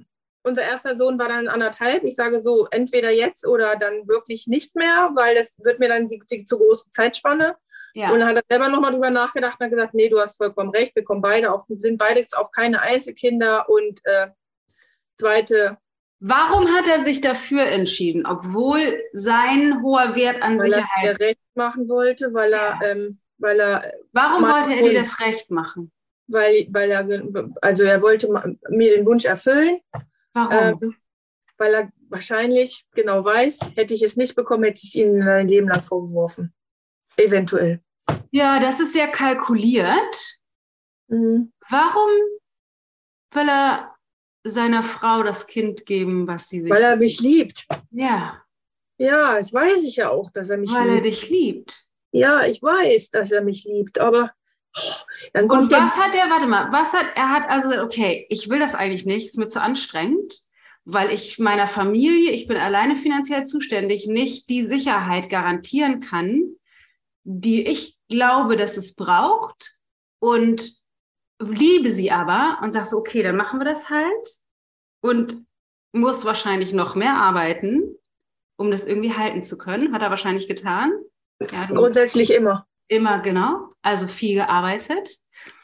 unser erster Sohn war dann 1,5. Ich sage so, entweder jetzt oder dann wirklich nicht mehr, weil das wird mir dann die zu große Zeitspanne. Ja. Und dann hat er selber nochmal drüber nachgedacht und hat gesagt, nee, du hast vollkommen recht, wir kommen beide auf, sind beides auch keine Einzelkinder. Und zweite... Warum hat er sich dafür entschieden, obwohl sein hoher Wert an Sicherheit... Weil er Recht machen wollte, weil er... Warum wollte er dir das Recht machen? Weil er wollte mir den Wunsch erfüllen. Warum? Weil er wahrscheinlich genau weiß, hätte ich es nicht bekommen, hätte ich ihn ein Leben lang vorgeworfen. Eventuell. Ja, das ist sehr kalkuliert. Mhm. Warum will er seiner Frau das Kind geben, was sie sich... Weil er mich liebt. Ja. Ja, das weiß ich ja auch, dass er mich liebt. Weil er dich liebt. Ja, ich weiß, dass er mich liebt, aber dann kommt und was hat er, warte mal, er hat also gesagt, okay, ich will das eigentlich nicht, ist mir zu anstrengend, weil ich meiner Familie, ich bin alleine finanziell zuständig, nicht die Sicherheit garantieren kann, die ich glaube, dass es braucht, und liebe sie aber und sag so, okay, dann machen wir das halt, und muss wahrscheinlich noch mehr arbeiten, um das irgendwie halten zu können. Hat er wahrscheinlich getan. Ja, grundsätzlich immer. Immer, genau. Also viel gearbeitet.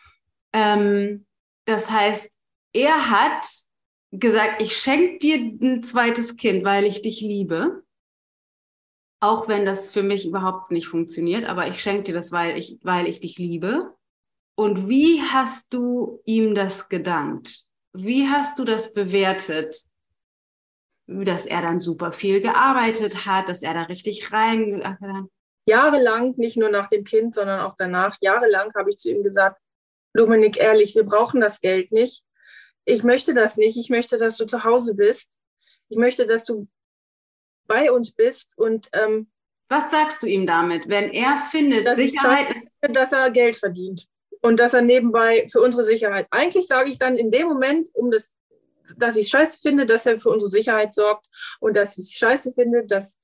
Das heißt, er hat gesagt, ich schenke dir ein zweites Kind, weil ich dich liebe. Auch wenn das für mich überhaupt nicht funktioniert, aber ich schenke dir das, weil ich dich liebe. Und wie hast du ihm das gedankt? Wie hast du das bewertet? Dass er dann super viel gearbeitet hat, dass er da richtig reingegangen hat? Jahrelang, nicht nur nach dem Kind, sondern auch danach, jahrelang habe ich zu ihm gesagt, Dominik, ehrlich, wir brauchen das Geld nicht. Ich möchte das nicht. Ich möchte, dass du zu Hause bist. Ich möchte, dass du bei uns bist. Und was sagst du ihm damit, wenn er findet, dass er Geld verdient und dass er nebenbei für unsere Sicherheit. Eigentlich sage ich dann in dem Moment, dass ich scheiße finde, dass er für unsere Sicherheit sorgt, und dass ich scheiße finde, dass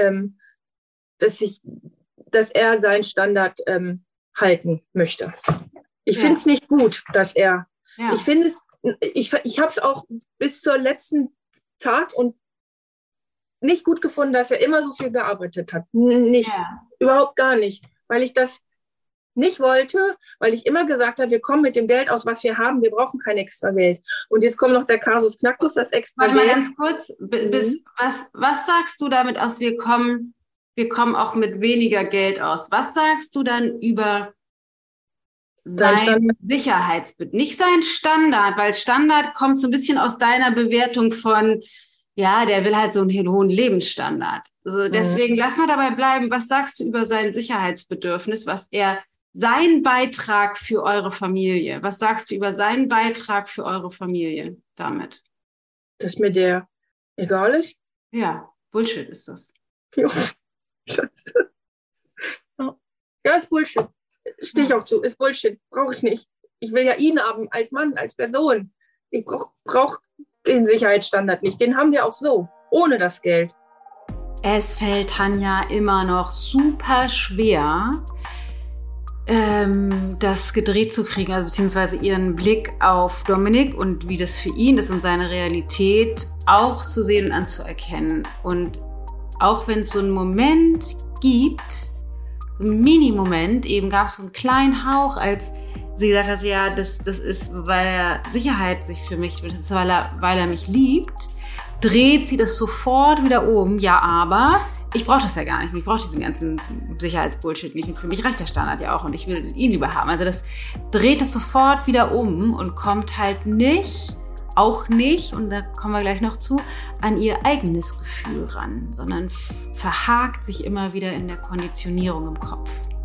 er seinen Standard halten möchte. Ich finde es nicht gut, dass er... Ja. Ich habe es auch bis zur letzten Tag und nicht gut gefunden, dass er immer so viel gearbeitet hat. Überhaupt gar nicht. Weil ich das nicht wollte, weil ich immer gesagt habe, wir kommen mit dem Geld aus, was wir haben, wir brauchen kein extra Geld. Und jetzt kommt noch der Kasus Knacktus, das extra Geld. Warte mal ganz kurz, was sagst du damit aus, wir kommen auch mit weniger Geld aus? Was sagst du dann über sein Sicherheitsbedürfnis? Nicht sein Standard, weil Standard kommt so ein bisschen aus deiner Bewertung von, ja, der will halt so einen hohen Lebensstandard. Also deswegen lass mal dabei bleiben. Was sagst du über sein Sicherheitsbedürfnis, sein Beitrag für eure Familie? Was sagst du über seinen Beitrag für eure Familie damit? Dass mir der egal ist? Ja, Bullshit ist das. Ja, Scheiße. Ja, ist Bullshit. Stehe ich auch zu. Ist Bullshit. Brauche ich nicht. Ich will ja ihn haben als Mann, als Person. Ich brauch den Sicherheitsstandard nicht. Den haben wir auch so, ohne das Geld. Es fällt Tanja immer noch super schwer, das gedreht zu kriegen, also beziehungsweise ihren Blick auf Dominik und wie das für ihn ist und seine Realität auch zu sehen und anzuerkennen. Und auch wenn es so einen Moment gibt, so einen Mini-Moment, eben gab es so einen kleinen Hauch, als sie gesagt hat, ja, das ist, weil er Sicherheit sich für mich, das ist, weil er mich liebt, dreht sie das sofort wieder um. Ja, aber ich brauche das ja gar nicht. Ich brauche diesen ganzen Sicherheitsbullshit nicht. Und für mich reicht der Standard ja auch und ich will ihn lieber haben. Also das dreht es sofort wieder um und kommt halt auch nicht, und da kommen wir gleich noch zu, an ihr eigenes Gefühl ran, sondern verhakt sich immer wieder in der Konditionierung im Kopf.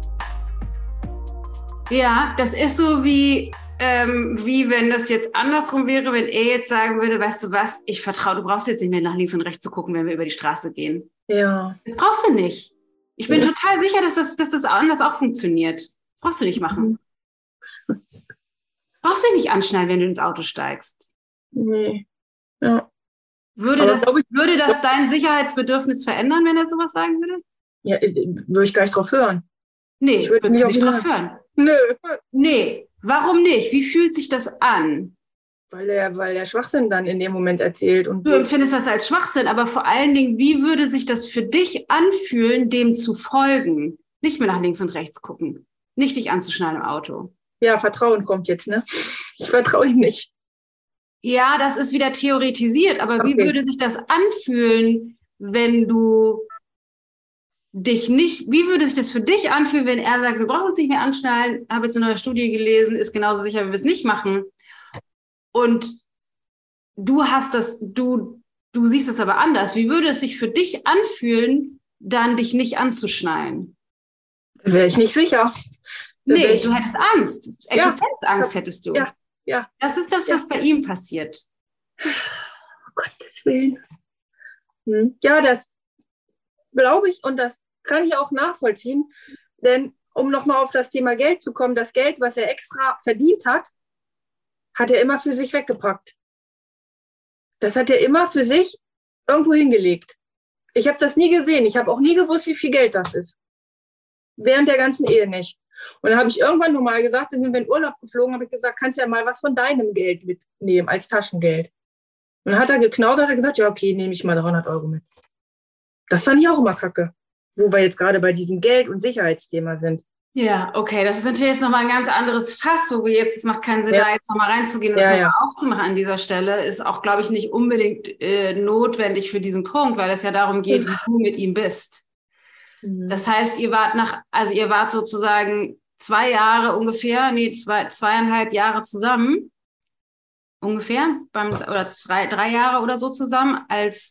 Ja, das ist so wie wenn das jetzt andersrum wäre, wenn er jetzt sagen würde, weißt du was, ich vertraue, du brauchst jetzt nicht mehr nach links und rechts zu gucken, wenn wir über die Straße gehen. Ja. Das brauchst du nicht. Ich bin total sicher, dass das anders auch funktioniert. Brauchst du nicht machen. Brauchst dich nicht anschnallen, wenn du ins Auto steigst. Nee. Ja. Würde das dein Sicherheitsbedürfnis verändern, wenn er sowas sagen würde? Ja, würde ich gar nicht drauf hören. Nee, ich würde nicht drauf hören. Nö. Nee, warum nicht? Wie fühlt sich das an? Weil der Schwachsinn dann in dem Moment erzählt. Und du empfindest das als Schwachsinn, aber vor allen Dingen, wie würde sich das für dich anfühlen, dem zu folgen? Nicht mehr nach links und rechts gucken. Nicht dich anzuschnallen im Auto. Ja, Vertrauen kommt jetzt, ne? Ich vertraue ihm nicht. Ja, das ist wieder theoretisiert, aber wie würde sich das anfühlen, wenn du dich nicht, wie würde sich das für dich anfühlen, wenn er sagt, wir brauchen uns nicht mehr anschnallen, habe jetzt eine neue Studie gelesen, ist genauso sicher, wie wir es nicht machen. Und du siehst es aber anders. Wie würde es sich für dich anfühlen, dann dich nicht anzuschnallen? Wäre ich nicht sicher. Nee, du hättest Angst. Existenzangst hättest du. Ja. Das ist das, was bei ihm passiert. Oh Gottes Willen. Ja, das glaube ich und das kann ich auch nachvollziehen. Denn um nochmal auf das Thema Geld zu kommen, das Geld, was er extra verdient hat, hat er immer für sich weggepackt. Das hat er immer für sich irgendwo hingelegt. Ich habe das nie gesehen. Ich habe auch nie gewusst, wie viel Geld das ist. Während der ganzen Ehe nicht. Und dann habe ich irgendwann nochmal gesagt, dann sind wir in Urlaub geflogen, habe ich gesagt, kannst ja mal was von deinem Geld mitnehmen, als Taschengeld. Und dann hat er geknausert, hat er gesagt, ja okay, nehme ich mal 300 € mit. Das fand ich auch immer kacke, wo wir jetzt gerade bei diesem Geld- und Sicherheitsthema sind. Ja, okay, das ist natürlich jetzt nochmal ein ganz anderes Fass, wo wir jetzt, es macht keinen Sinn, da jetzt nochmal reinzugehen und das nochmal aufzumachen an dieser Stelle, ist auch, glaube ich, nicht unbedingt notwendig für diesen Punkt, weil es ja darum geht, wie du mit ihm bist. Das heißt, ihr wart sozusagen 2 Jahre ungefähr, 2,5 Jahre zusammen, ungefähr, oder 3 Jahre oder so zusammen,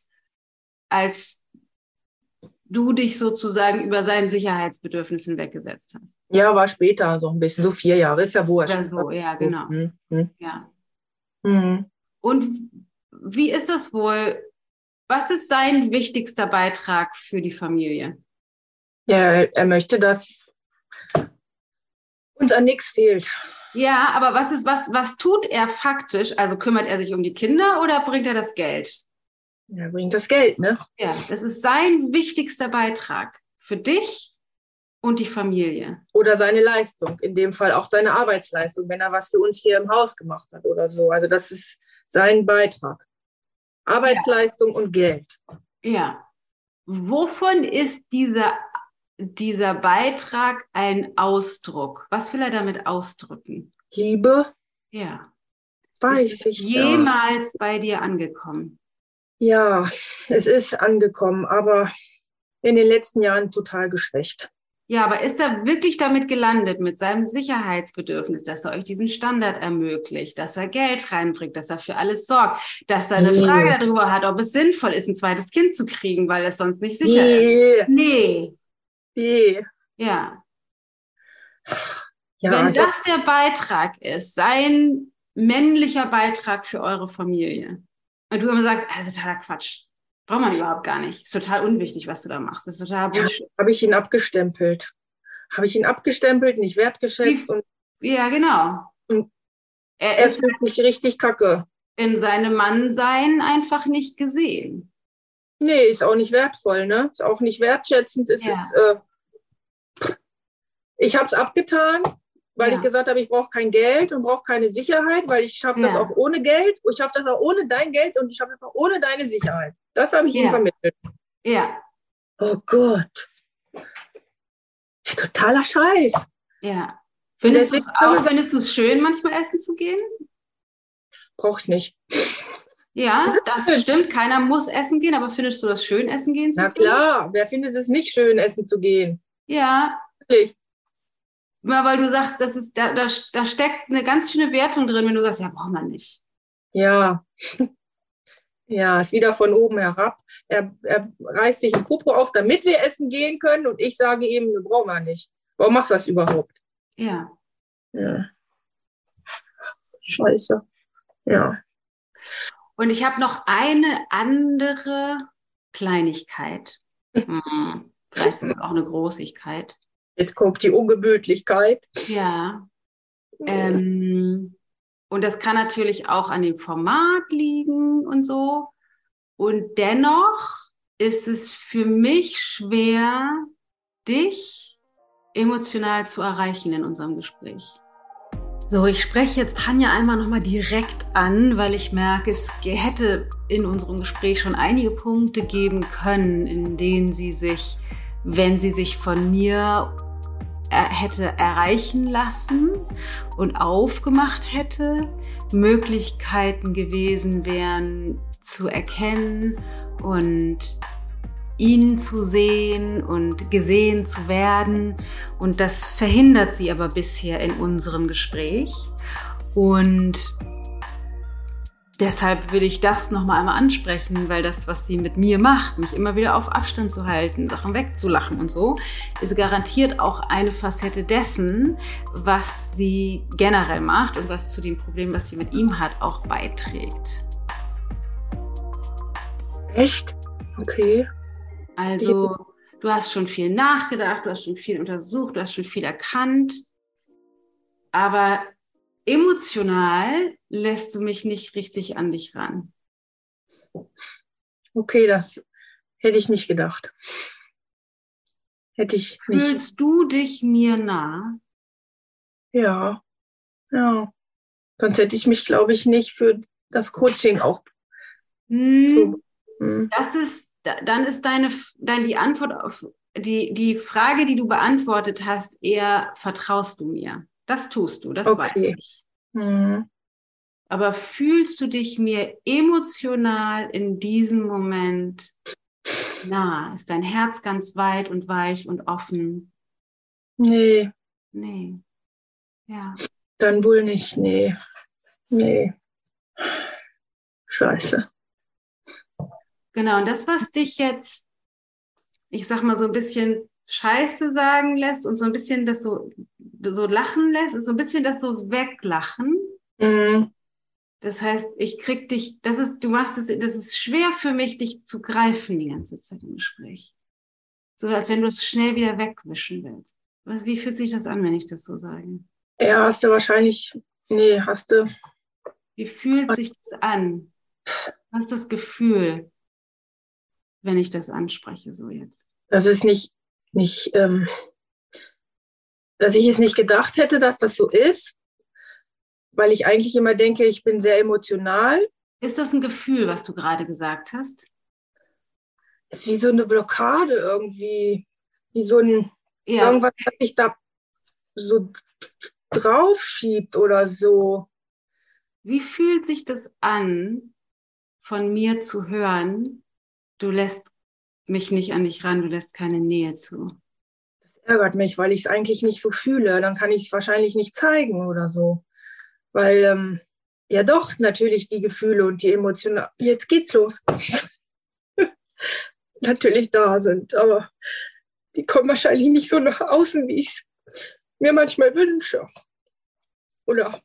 als du dich sozusagen über sein Sicherheitsbedürfnis hinweggesetzt hast. Ja, war später so ein bisschen, so 4 Jahre, ist ja wurscht. Oder so, ja, genau. Ja. Mhm. Und wie ist das wohl? Was ist sein wichtigster Beitrag für die Familie? Ja, er möchte, dass uns an nichts fehlt. Ja, aber was tut er faktisch? Also kümmert er sich um die Kinder oder bringt er das Geld? Er bringt das Geld, ne? Ja, das ist sein wichtigster Beitrag für dich und die Familie. Oder seine Leistung, in dem Fall auch seine Arbeitsleistung, wenn er was für uns hier im Haus gemacht hat oder so. Also das ist sein Beitrag. Arbeitsleistung und Geld. Ja. Wovon ist dieser Beitrag ein Ausdruck? Was will er damit ausdrücken? Liebe? Ja. Weiß ich jemals bei dir angekommen? Ja, es ist angekommen, aber in den letzten Jahren total geschwächt. Ja, aber ist er wirklich damit gelandet, mit seinem Sicherheitsbedürfnis, dass er euch diesen Standard ermöglicht, dass er Geld reinbringt, dass er für alles sorgt, dass er eine Frage darüber hat, ob es sinnvoll ist, ein zweites Kind zu kriegen, weil es sonst nicht sicher ist? Nee. Ja. Wenn das der Beitrag ist, sein männlicher Beitrag für eure Familie, und du immer sagst, totaler Quatsch, braucht man überhaupt gar nicht, ist total unwichtig, was du da machst, ist total Bullshit. Habe ich ihn abgestempelt. Nicht wertgeschätzt. Ja, genau. Und er ist wirklich richtig kacke. In seinem Mannsein einfach nicht gesehen. Nee, ist auch nicht wertvoll, ne? Ist auch nicht wertschätzend. Ich habe es abgetan, weil ich gesagt habe, ich brauche kein Geld und brauche keine Sicherheit, weil ich schaffe das auch ohne Geld. Ich schaffe das auch ohne dein Geld und ich schaffe das auch ohne deine Sicherheit. Das habe ich ihm vermittelt. Ja. Oh Gott. Ja, totaler Scheiß. Ja. Findest du es schön, manchmal essen zu gehen? Braucht nicht. Ja, das stimmt. Keiner muss essen gehen, aber findest du das schön, essen gehen zu gehen? Na klar, wer findet es nicht schön, essen zu gehen? Ja. Wirklich. Weil du sagst, da steckt eine ganz schöne Wertung drin, wenn du sagst, ja, braucht man nicht. Ja. Ja, ist wieder von oben herab. Er reißt sich den Popo auf, damit wir essen gehen können und ich sage ihm, wir brauchen wir nicht. Warum machst du das überhaupt? Ja. Scheiße. Ja. Und ich habe noch eine andere Kleinigkeit. Vielleicht ist es auch eine Großigkeit. Jetzt kommt die Ungemütlichkeit. Ja. Und das kann natürlich auch an dem Format liegen und so. Und dennoch ist es für mich schwer, dich emotional zu erreichen in unserem Gespräch. So, ich spreche jetzt Tanja einmal nochmal direkt an, weil ich merke, es hätte in unserem Gespräch schon einige Punkte geben können, in denen sie sich, wenn sie sich von mir hätte erreichen lassen und aufgemacht hätte, Möglichkeiten gewesen wären zu erkennen und ihn zu sehen und gesehen zu werden. Und das verhindert sie aber bisher in unserem Gespräch. Und deshalb will ich das nochmal einmal ansprechen, weil das, was sie mit mir macht, mich immer wieder auf Abstand zu halten, Sachen wegzulachen und so, ist garantiert auch eine Facette dessen, was sie generell macht und was zu dem Problem, was sie mit ihm hat, auch beiträgt. Echt? Okay. Also, du hast schon viel nachgedacht, du hast schon viel untersucht, du hast schon viel erkannt, aber emotional lässt du mich nicht richtig an dich ran. Okay, das hätte ich nicht gedacht. Hätte ich nicht. Fühlst du dich mir nah? Ja. Sonst hätte ich mich, glaube ich, nicht für das Coaching auch so. Dann ist die Antwort auf die Frage, die du beantwortet hast, eher vertraust du mir? Das tust du, das weiß ich. Aber fühlst du dich mir emotional in diesem Moment nah? Ist dein Herz ganz weit und weich und offen? Nee. Ja. Dann wohl nicht, nee. Scheiße. Genau, und das, was dich jetzt, ich sag mal, so ein bisschen Scheiße sagen lässt und so ein bisschen das so lachen lässt, ist so ein bisschen das so weglachen. Das heißt, ich krieg dich, das ist schwer für mich, dich zu greifen die ganze Zeit im Gespräch. So, als wenn du es schnell wieder wegwischen willst. Wie fühlt sich das an, wenn ich das so sage? Ja, hast du. Wie fühlt sich das an? Was ist das Gefühl, wenn ich das anspreche, so jetzt? Das ist nicht, dass ich es nicht gedacht hätte, dass das so ist, weil ich eigentlich immer denke, ich bin sehr emotional. Ist das ein Gefühl, was du gerade gesagt hast? Ist wie so eine Blockade irgendwie, wie so ein irgendwas, was mich da so drauf schiebt oder so. Wie fühlt sich das an, von mir zu hören, du lässt mich nicht an dich ran, du lässt keine Nähe zu? Das ärgert mich, weil ich es eigentlich nicht so fühle. Dann kann ich es wahrscheinlich nicht zeigen oder so. Weil, ja doch, natürlich die Gefühle und die Emotionen, jetzt geht's los, natürlich da sind. Aber die kommen wahrscheinlich nicht so nach außen, wie ich es mir manchmal wünsche. Oder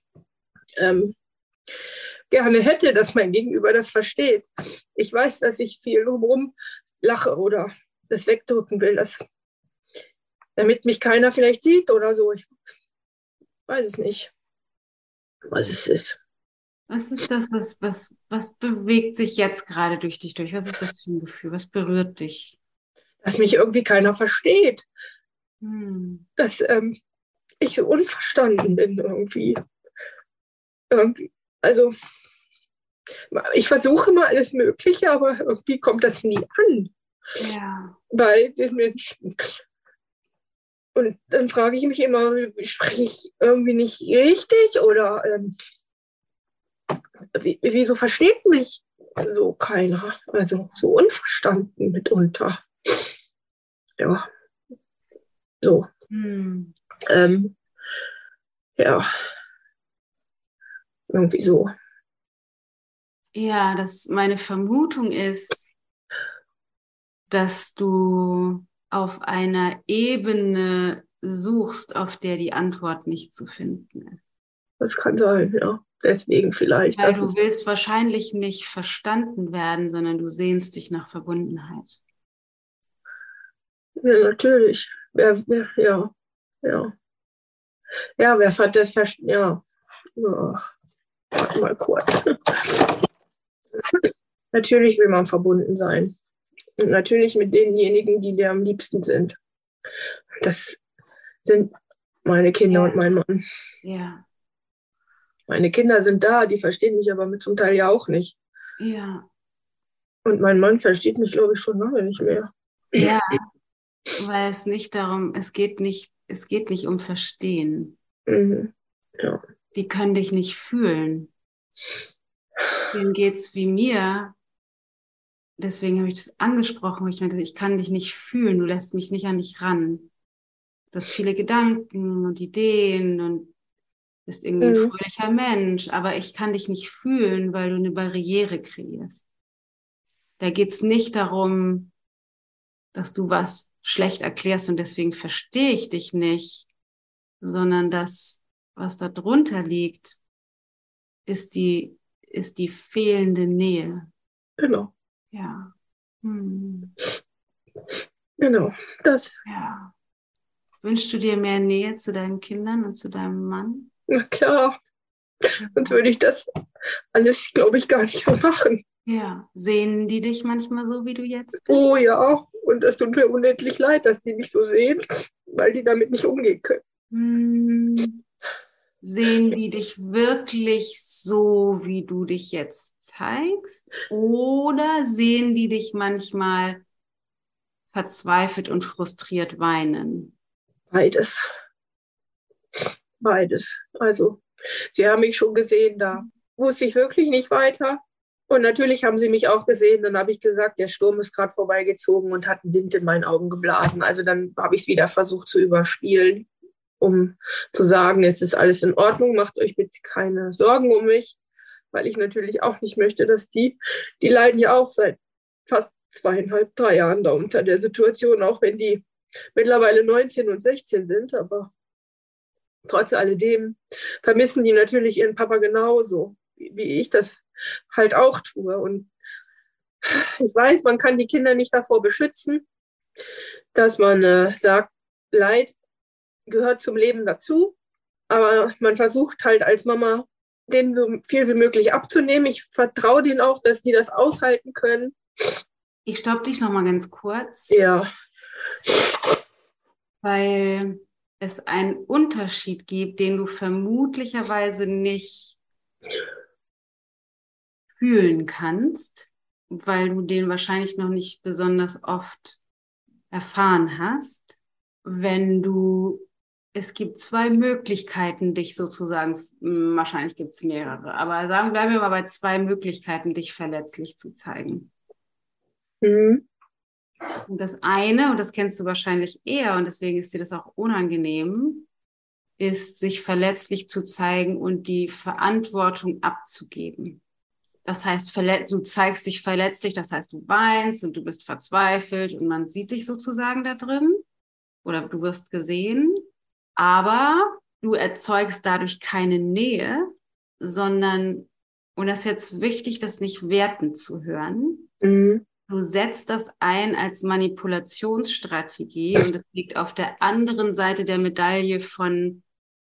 gerne hätte, dass mein Gegenüber das versteht. Ich weiß, dass ich viel drumherum lache oder das wegdrücken will, damit mich keiner vielleicht sieht oder so. Ich weiß es nicht, was es ist. Was ist das, was bewegt sich jetzt gerade durch dich durch? Was ist das für ein Gefühl? Was berührt dich? Dass mich irgendwie keiner versteht. Dass ich so unverstanden bin irgendwie. Also ich versuche mal alles Mögliche, aber irgendwie kommt das nie an bei den Menschen. Und dann frage ich mich immer, spreche ich irgendwie nicht richtig oder wieso versteht mich so keiner? Also so unverstanden mitunter. Ja, so. Ja, irgendwie so. Ja, meine Vermutung ist, dass du auf einer Ebene suchst, auf der die Antwort nicht zu finden ist. Das kann sein, ja. Deswegen vielleicht. Weil du willst wahrscheinlich nicht verstanden werden, sondern du sehnst dich nach Verbundenheit. Ja, natürlich. Ja. Ja, wer hat das verstanden? Ja. Warte mal kurz. Natürlich will man verbunden sein. Und natürlich mit denjenigen, die dir am liebsten sind. Das sind meine Kinder und mein Mann. Ja. Meine Kinder sind da, die verstehen mich aber zum Teil ja auch nicht. Ja. Und mein Mann versteht mich, glaube ich, schon lange nicht mehr. Ja, weil es geht nicht um Verstehen. Mhm. Ja. Die können dich nicht fühlen. Denen geht's wie mir. Deswegen habe ich das angesprochen, weil ich meinte, ich kann dich nicht fühlen, du lässt mich nicht an dich ran. Du hast viele Gedanken und Ideen und bist irgendwie ein fröhlicher Mensch, aber ich kann dich nicht fühlen, weil du eine Barriere kreierst. Da geht's nicht darum, dass du was schlecht erklärst und deswegen verstehe ich dich nicht, sondern das, was da drunter liegt, ist die fehlende Nähe. Genau. Ja. Genau, das. Ja. Wünschst du dir mehr Nähe zu deinen Kindern und zu deinem Mann? Na klar, sonst würde ich das alles, glaube ich, gar nicht so machen. Ja. Sehen die dich manchmal so, wie du jetzt bist? Oh ja, und es tut mir unendlich leid, dass die mich so sehen, weil die damit nicht umgehen können. Sehen die dich wirklich so, wie du dich jetzt zeigst? Oder sehen die dich manchmal verzweifelt und frustriert weinen? Beides. Beides. Also, sie haben mich schon gesehen, da wusste ich wirklich nicht weiter. Und natürlich haben sie mich auch gesehen. Dann habe ich gesagt, der Sturm ist gerade vorbeigezogen und hat einen Wind in meinen Augen geblasen. Also dann habe ich es wieder versucht zu überspielen, um zu sagen, es ist alles in Ordnung, macht euch bitte keine Sorgen um mich, weil ich natürlich auch nicht möchte, dass die leiden ja auch seit fast 2,5, 3 Jahren da unter der Situation, auch wenn die mittlerweile 19 und 16 sind, aber trotz alledem vermissen die natürlich ihren Papa genauso, wie ich das halt auch tue. Und ich weiß, man kann die Kinder nicht davor beschützen, dass man sagt, Leid gehört zum Leben dazu. Aber man versucht halt als Mama, denen so viel wie möglich abzunehmen. Ich vertraue denen auch, dass die das aushalten können. Ich stoppe dich noch mal ganz kurz. Ja. Weil es einen Unterschied gibt, den du vermutlicherweise nicht fühlen kannst, weil du den wahrscheinlich noch nicht besonders oft erfahren hast. Es gibt 2 Möglichkeiten, dich sozusagen, wahrscheinlich gibt es mehrere, aber bleiben wir mal bei 2 Möglichkeiten, dich verletzlich zu zeigen. Mhm. Und das eine, und das kennst du wahrscheinlich eher, und deswegen ist dir das auch unangenehm, ist, sich verletzlich zu zeigen und die Verantwortung abzugeben. Das heißt, du zeigst dich verletzlich, das heißt, du weinst und du bist verzweifelt und man sieht dich sozusagen da drin oder du wirst gesehen, aber du erzeugst dadurch keine Nähe, sondern, und das ist jetzt wichtig, das nicht wertend zu hören, du setzt das ein als Manipulationsstrategie und es liegt auf der anderen Seite der Medaille von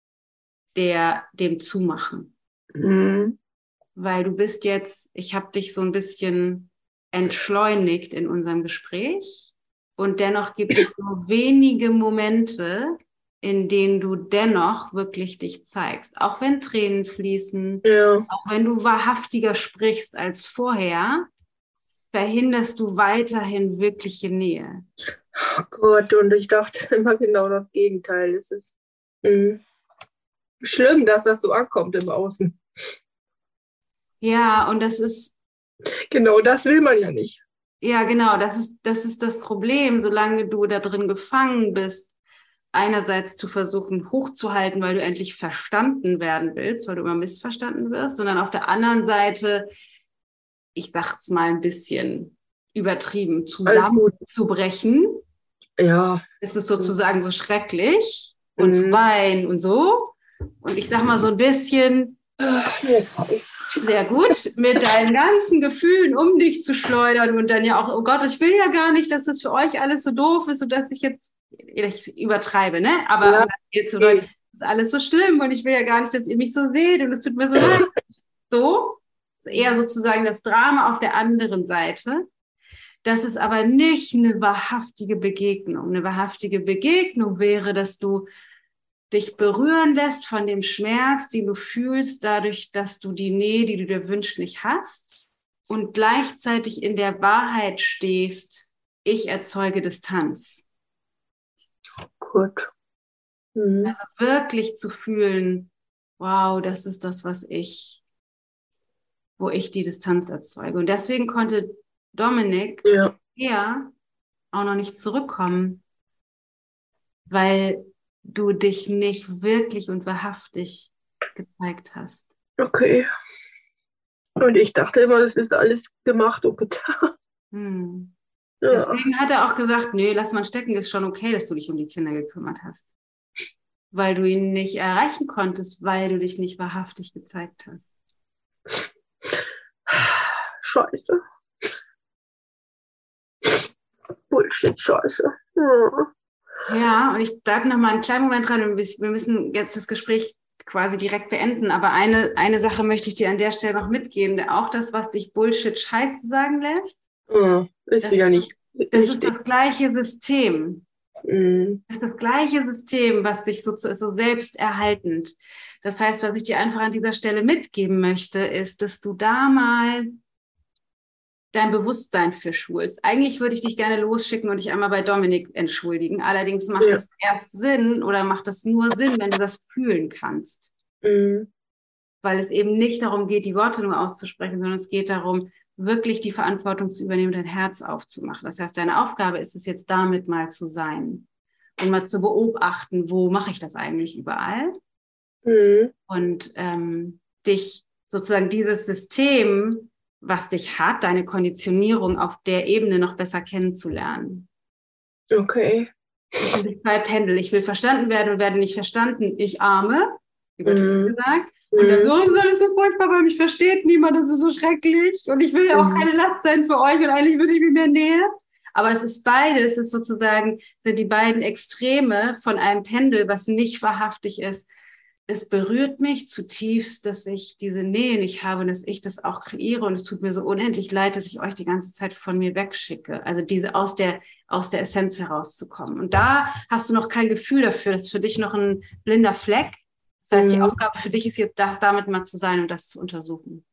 dem Zumachen. Weil du bist jetzt, ich habe dich so ein bisschen entschleunigt in unserem Gespräch und dennoch gibt es nur wenige Momente, in denen du dennoch wirklich dich zeigst. Auch wenn Tränen fließen, auch wenn du wahrhaftiger sprichst als vorher, verhinderst du weiterhin wirkliche Nähe. Oh Gott, und ich dachte immer genau das Gegenteil. Es ist schlimm, dass das so ankommt im Außen. Ja, und das ist... Genau, das will man ja nicht. Ja, genau, das ist das Problem, solange du da drin gefangen bist, einerseits zu versuchen hochzuhalten, weil du endlich verstanden werden willst, weil du immer missverstanden wirst, sondern auf der anderen Seite, ich sag's mal ein bisschen übertrieben, zusammenzubrechen. Ja. Es ist sozusagen so schrecklich und zu weinen und so. Und ich sag mal so ein bisschen, sehr gut, mit deinen ganzen Gefühlen um dich zu schleudern und dann ja auch, oh Gott, ich will ja gar nicht, dass das für euch alles so doof ist und dass ich übertreibe, ne? Aber jetzt ist alles so schlimm und ich will ja gar nicht, dass ihr mich so seht und es tut mir so leid. So, eher sozusagen das Drama auf der anderen Seite. Das ist aber nicht eine wahrhaftige Begegnung. Eine wahrhaftige Begegnung wäre, dass du dich berühren lässt von dem Schmerz, den du fühlst, dadurch, dass du die Nähe, die du dir wünschst, nicht hast und gleichzeitig in der Wahrheit stehst, ich erzeuge Distanz. Gut. Mhm. Also wirklich zu fühlen, wow, das ist das, wo ich die Distanz erzeuge. Und deswegen konnte Dominik eher auch noch nicht zurückkommen, weil du dich nicht wirklich und wahrhaftig gezeigt hast. Okay. Und ich dachte immer, das ist alles gemacht und getan. Ja. Deswegen hat er auch gesagt, nee, lass mal stecken, ist schon okay, dass du dich um die Kinder gekümmert hast. Weil du ihn nicht erreichen konntest, weil du dich nicht wahrhaftig gezeigt hast. Scheiße. Bullshit, Scheiße. Ja, und ich bleibe noch mal einen kleinen Moment dran. Wir müssen jetzt das Gespräch quasi direkt beenden. Aber eine Sache möchte ich dir an der Stelle noch mitgeben. Auch das, was dich Bullshit Scheiße sagen lässt, ist wieder nicht. Das ist das gleiche System. Das ist das gleiche System, was sich so selbst erhaltend. Das heißt, was ich dir einfach an dieser Stelle mitgeben möchte, ist, dass du da mal dein Bewusstsein für schulst. Eigentlich würde ich dich gerne losschicken und dich einmal bei Dominik entschuldigen. Allerdings macht das erst Sinn oder macht das nur Sinn, wenn du das fühlen kannst. Weil es eben nicht darum geht, die Worte nur auszusprechen, sondern es geht darum, wirklich die Verantwortung zu übernehmen, dein Herz aufzumachen. Das heißt, deine Aufgabe ist es jetzt, damit mal zu sein und mal zu beobachten, wo mache ich das eigentlich überall? Und dich sozusagen dieses System, was dich hat, deine Konditionierung auf der Ebene noch besser kennenzulernen. Okay. Das sind die zwei Pendel. Ich will verstanden werden und werde nicht verstanden. Ich arme, übertrieben gesagt. Und dann so, das ist so furchtbar, weil mich versteht niemand, das ist so schrecklich. Und ich will ja auch keine Last sein für euch und eigentlich würde ich mir mehr Nähe. Aber es ist beides, es ist sozusagen, sind die beiden Extreme von einem Pendel, was nicht wahrhaftig ist. Es berührt mich zutiefst, dass ich diese Nähe nicht habe und dass ich das auch kreiere. Und es tut mir so unendlich leid, dass ich euch die ganze Zeit von mir wegschicke. Also diese aus der Essenz herauszukommen. Und da hast du noch kein Gefühl dafür. Das ist für dich noch ein blinder Fleck. Das heißt, die Aufgabe für dich ist jetzt, damit mal zu sein und das zu untersuchen.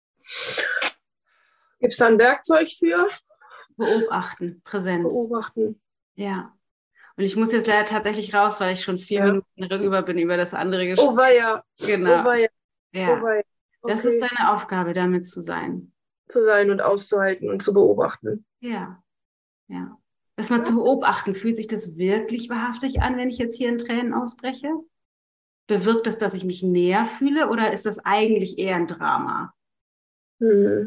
Gibt es da ein Werkzeug für? Beobachten, Präsenz. Beobachten. Ja. Und ich muss jetzt leider tatsächlich raus, weil ich schon 4 Minuten rüber bin über das andere Gespräch. Oh weia. Genau. Oh weia. Ja. Oh weia. Okay. Das ist deine Aufgabe, damit zu sein. Zu sein und auszuhalten und zu beobachten. Ja. Ja. Das mal zu beobachten, fühlt sich das wirklich wahrhaftig an, wenn ich jetzt hier in Tränen ausbreche? Bewirkt das, dass ich mich näher fühle oder ist das eigentlich eher ein Drama? Und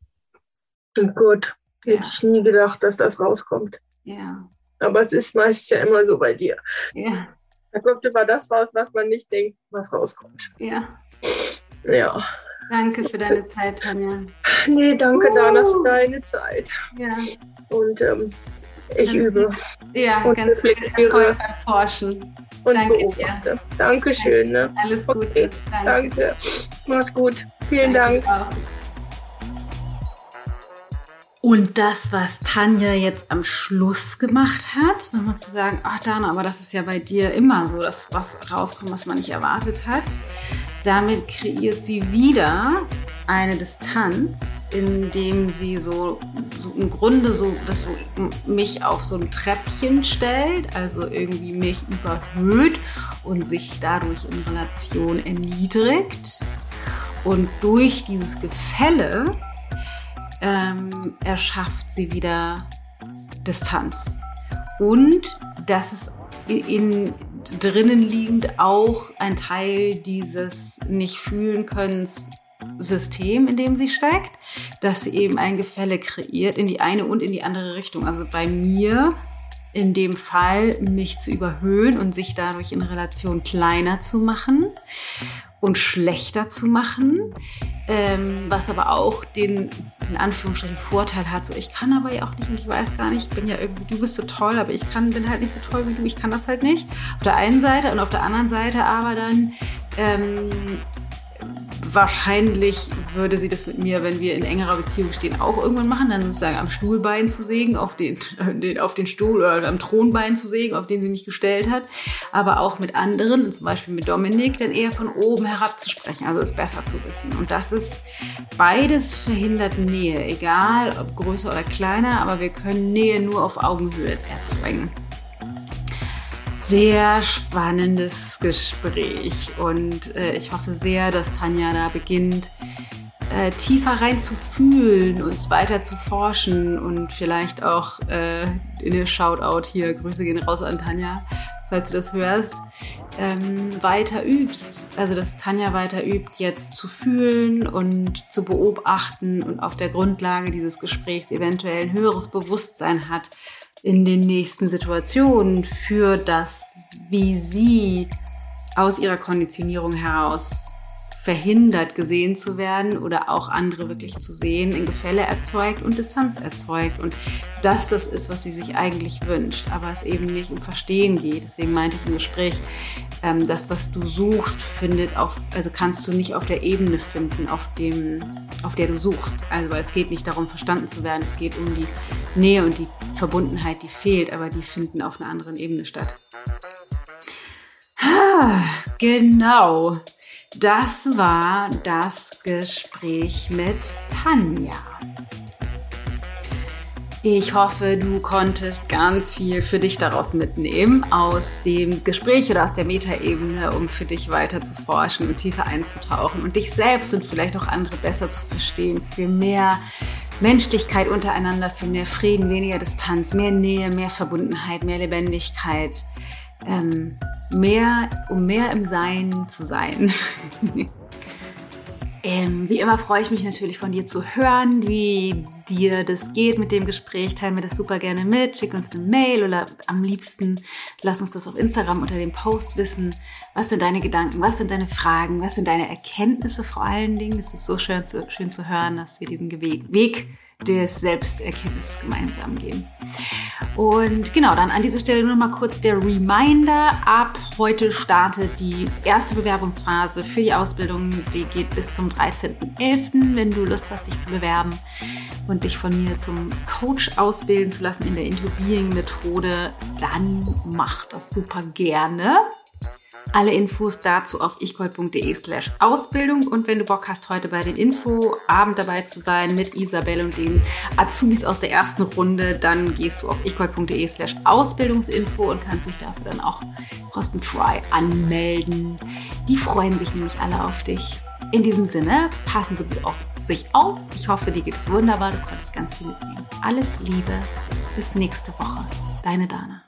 gut, hätte ich nie gedacht, dass das rauskommt. Ja. Aber es ist meist ja immer so bei dir. Ja. Da kommt immer das raus, was man nicht denkt, was rauskommt. Ja. Ja. Danke für deine Zeit, Tanja. Nee, danke, Dana, für deine Zeit. Ja. Und ich übe. Ja, und ganz viel Erfolg beim Forschen. Und danke beobachte. dir. Dankeschön. Ne? Alles Gute. Okay. Danke. Mach's gut. Vielen Dank. Und das, was Tanja jetzt am Schluss gemacht hat, nochmal zu sagen, ach Dana, aber das ist ja bei dir immer so, dass was rauskommt, was man nicht erwartet hat. Damit kreiert sie wieder eine Distanz, indem sie so im Grunde mich auf so ein Treppchen stellt, also irgendwie mich überhöht und sich dadurch in Relation erniedrigt. Und durch dieses Gefälle erschafft sie wieder Distanz. Und das ist drinnen liegend auch ein Teil dieses Nicht-Fühlen-Könnens System, in dem sie steckt, dass sie eben ein Gefälle kreiert in die eine und in die andere Richtung. Also bei mir in dem Fall mich zu überhöhen und sich dadurch in Relation kleiner zu machen und schlechter zu machen, was aber auch den, in Anführungsstrichen, Vorteil hat, so ich kann aber ja auch nicht und ich weiß gar nicht, ich bin ja irgendwie, du bist so toll, aber bin halt nicht so toll wie du, ich kann das halt nicht. Auf der einen Seite und auf der anderen Seite aber dann wahrscheinlich würde sie das mit mir, wenn wir in engerer Beziehung stehen, auch irgendwann machen, dann sozusagen am Stuhlbein zu sägen, auf den Stuhl oder am Thronbein zu sägen, auf den sie mich gestellt hat. Aber auch mit anderen, zum Beispiel mit Dominik, dann eher von oben herab zu sprechen, also es besser zu wissen. Und das ist beides verhindert Nähe, egal ob größer oder kleiner, aber wir können Nähe nur auf Augenhöhe erzeugen. Sehr spannendes Gespräch und ich hoffe sehr, dass Tanja da beginnt, tiefer reinzufühlen, uns weiter zu forschen und vielleicht auch in der Shoutout hier, Grüße gehen raus an Tanja, falls du das hörst, weiter übst. Also dass Tanja weiter übt, jetzt zu fühlen und zu beobachten und auf der Grundlage dieses Gesprächs eventuell ein höheres Bewusstsein hat in den nächsten Situationen für das, wie sie aus ihrer Konditionierung heraus verhindert, gesehen zu werden oder auch andere wirklich zu sehen, ein Gefälle erzeugt und Distanz erzeugt und das ist, was sie sich eigentlich wünscht, aber es eben nicht um Verstehen geht. Deswegen meinte ich im Gespräch, das, was du suchst, kannst du nicht auf der Ebene finden, auf der du suchst. Also, weil es geht nicht darum, verstanden zu werden, es geht um die Nähe und die Verbundenheit, die fehlt, aber die finden auf einer anderen Ebene statt. Genau. Das war das Gespräch mit Tanja. Ich hoffe, du konntest ganz viel für dich daraus mitnehmen aus dem Gespräch oder aus der Metaebene, um für dich weiter zu forschen und tiefer einzutauchen und dich selbst und vielleicht auch andere besser zu verstehen, für mehr Menschlichkeit untereinander, für mehr Frieden, weniger Distanz, mehr Nähe, mehr Verbundenheit, mehr Lebendigkeit, um mehr im Sein zu sein. Wie immer freue ich mich natürlich von dir zu hören, wie dir das geht mit dem Gespräch. Teil mir das super gerne mit, schick uns eine Mail oder am liebsten lass uns das auf Instagram unter dem Post wissen. Was sind deine Gedanken, was sind deine Fragen, was sind deine Erkenntnisse vor allen Dingen? Es ist so schön zu hören, dass wir diesen Weg des Selbsterkenntnisses gemeinsam gehen. Und genau, dann an dieser Stelle nur noch mal kurz der Reminder. Ab heute startet die erste Bewerbungsphase für die Ausbildung. Die geht bis zum 13.11. Wenn du Lust hast, dich zu bewerben und dich von mir zum Coach ausbilden zu lassen in der Into-Being-Methode, dann mach das super gerne. Alle Infos dazu auf ichgold.de/Ausbildung und wenn du Bock hast, heute bei dem Infoabend dabei zu sein mit Isabel und den Azubis aus der ersten Runde, dann gehst du auf ichgold.de/Ausbildungsinfo und kannst dich dafür dann auch kostenfrei anmelden. Die freuen sich nämlich alle auf dich. In diesem Sinne, passen Sie auf sich auf. Ich hoffe, dir geht es wunderbar. Du konntest ganz viel mitnehmen. Alles Liebe. Bis nächste Woche. Deine Dana.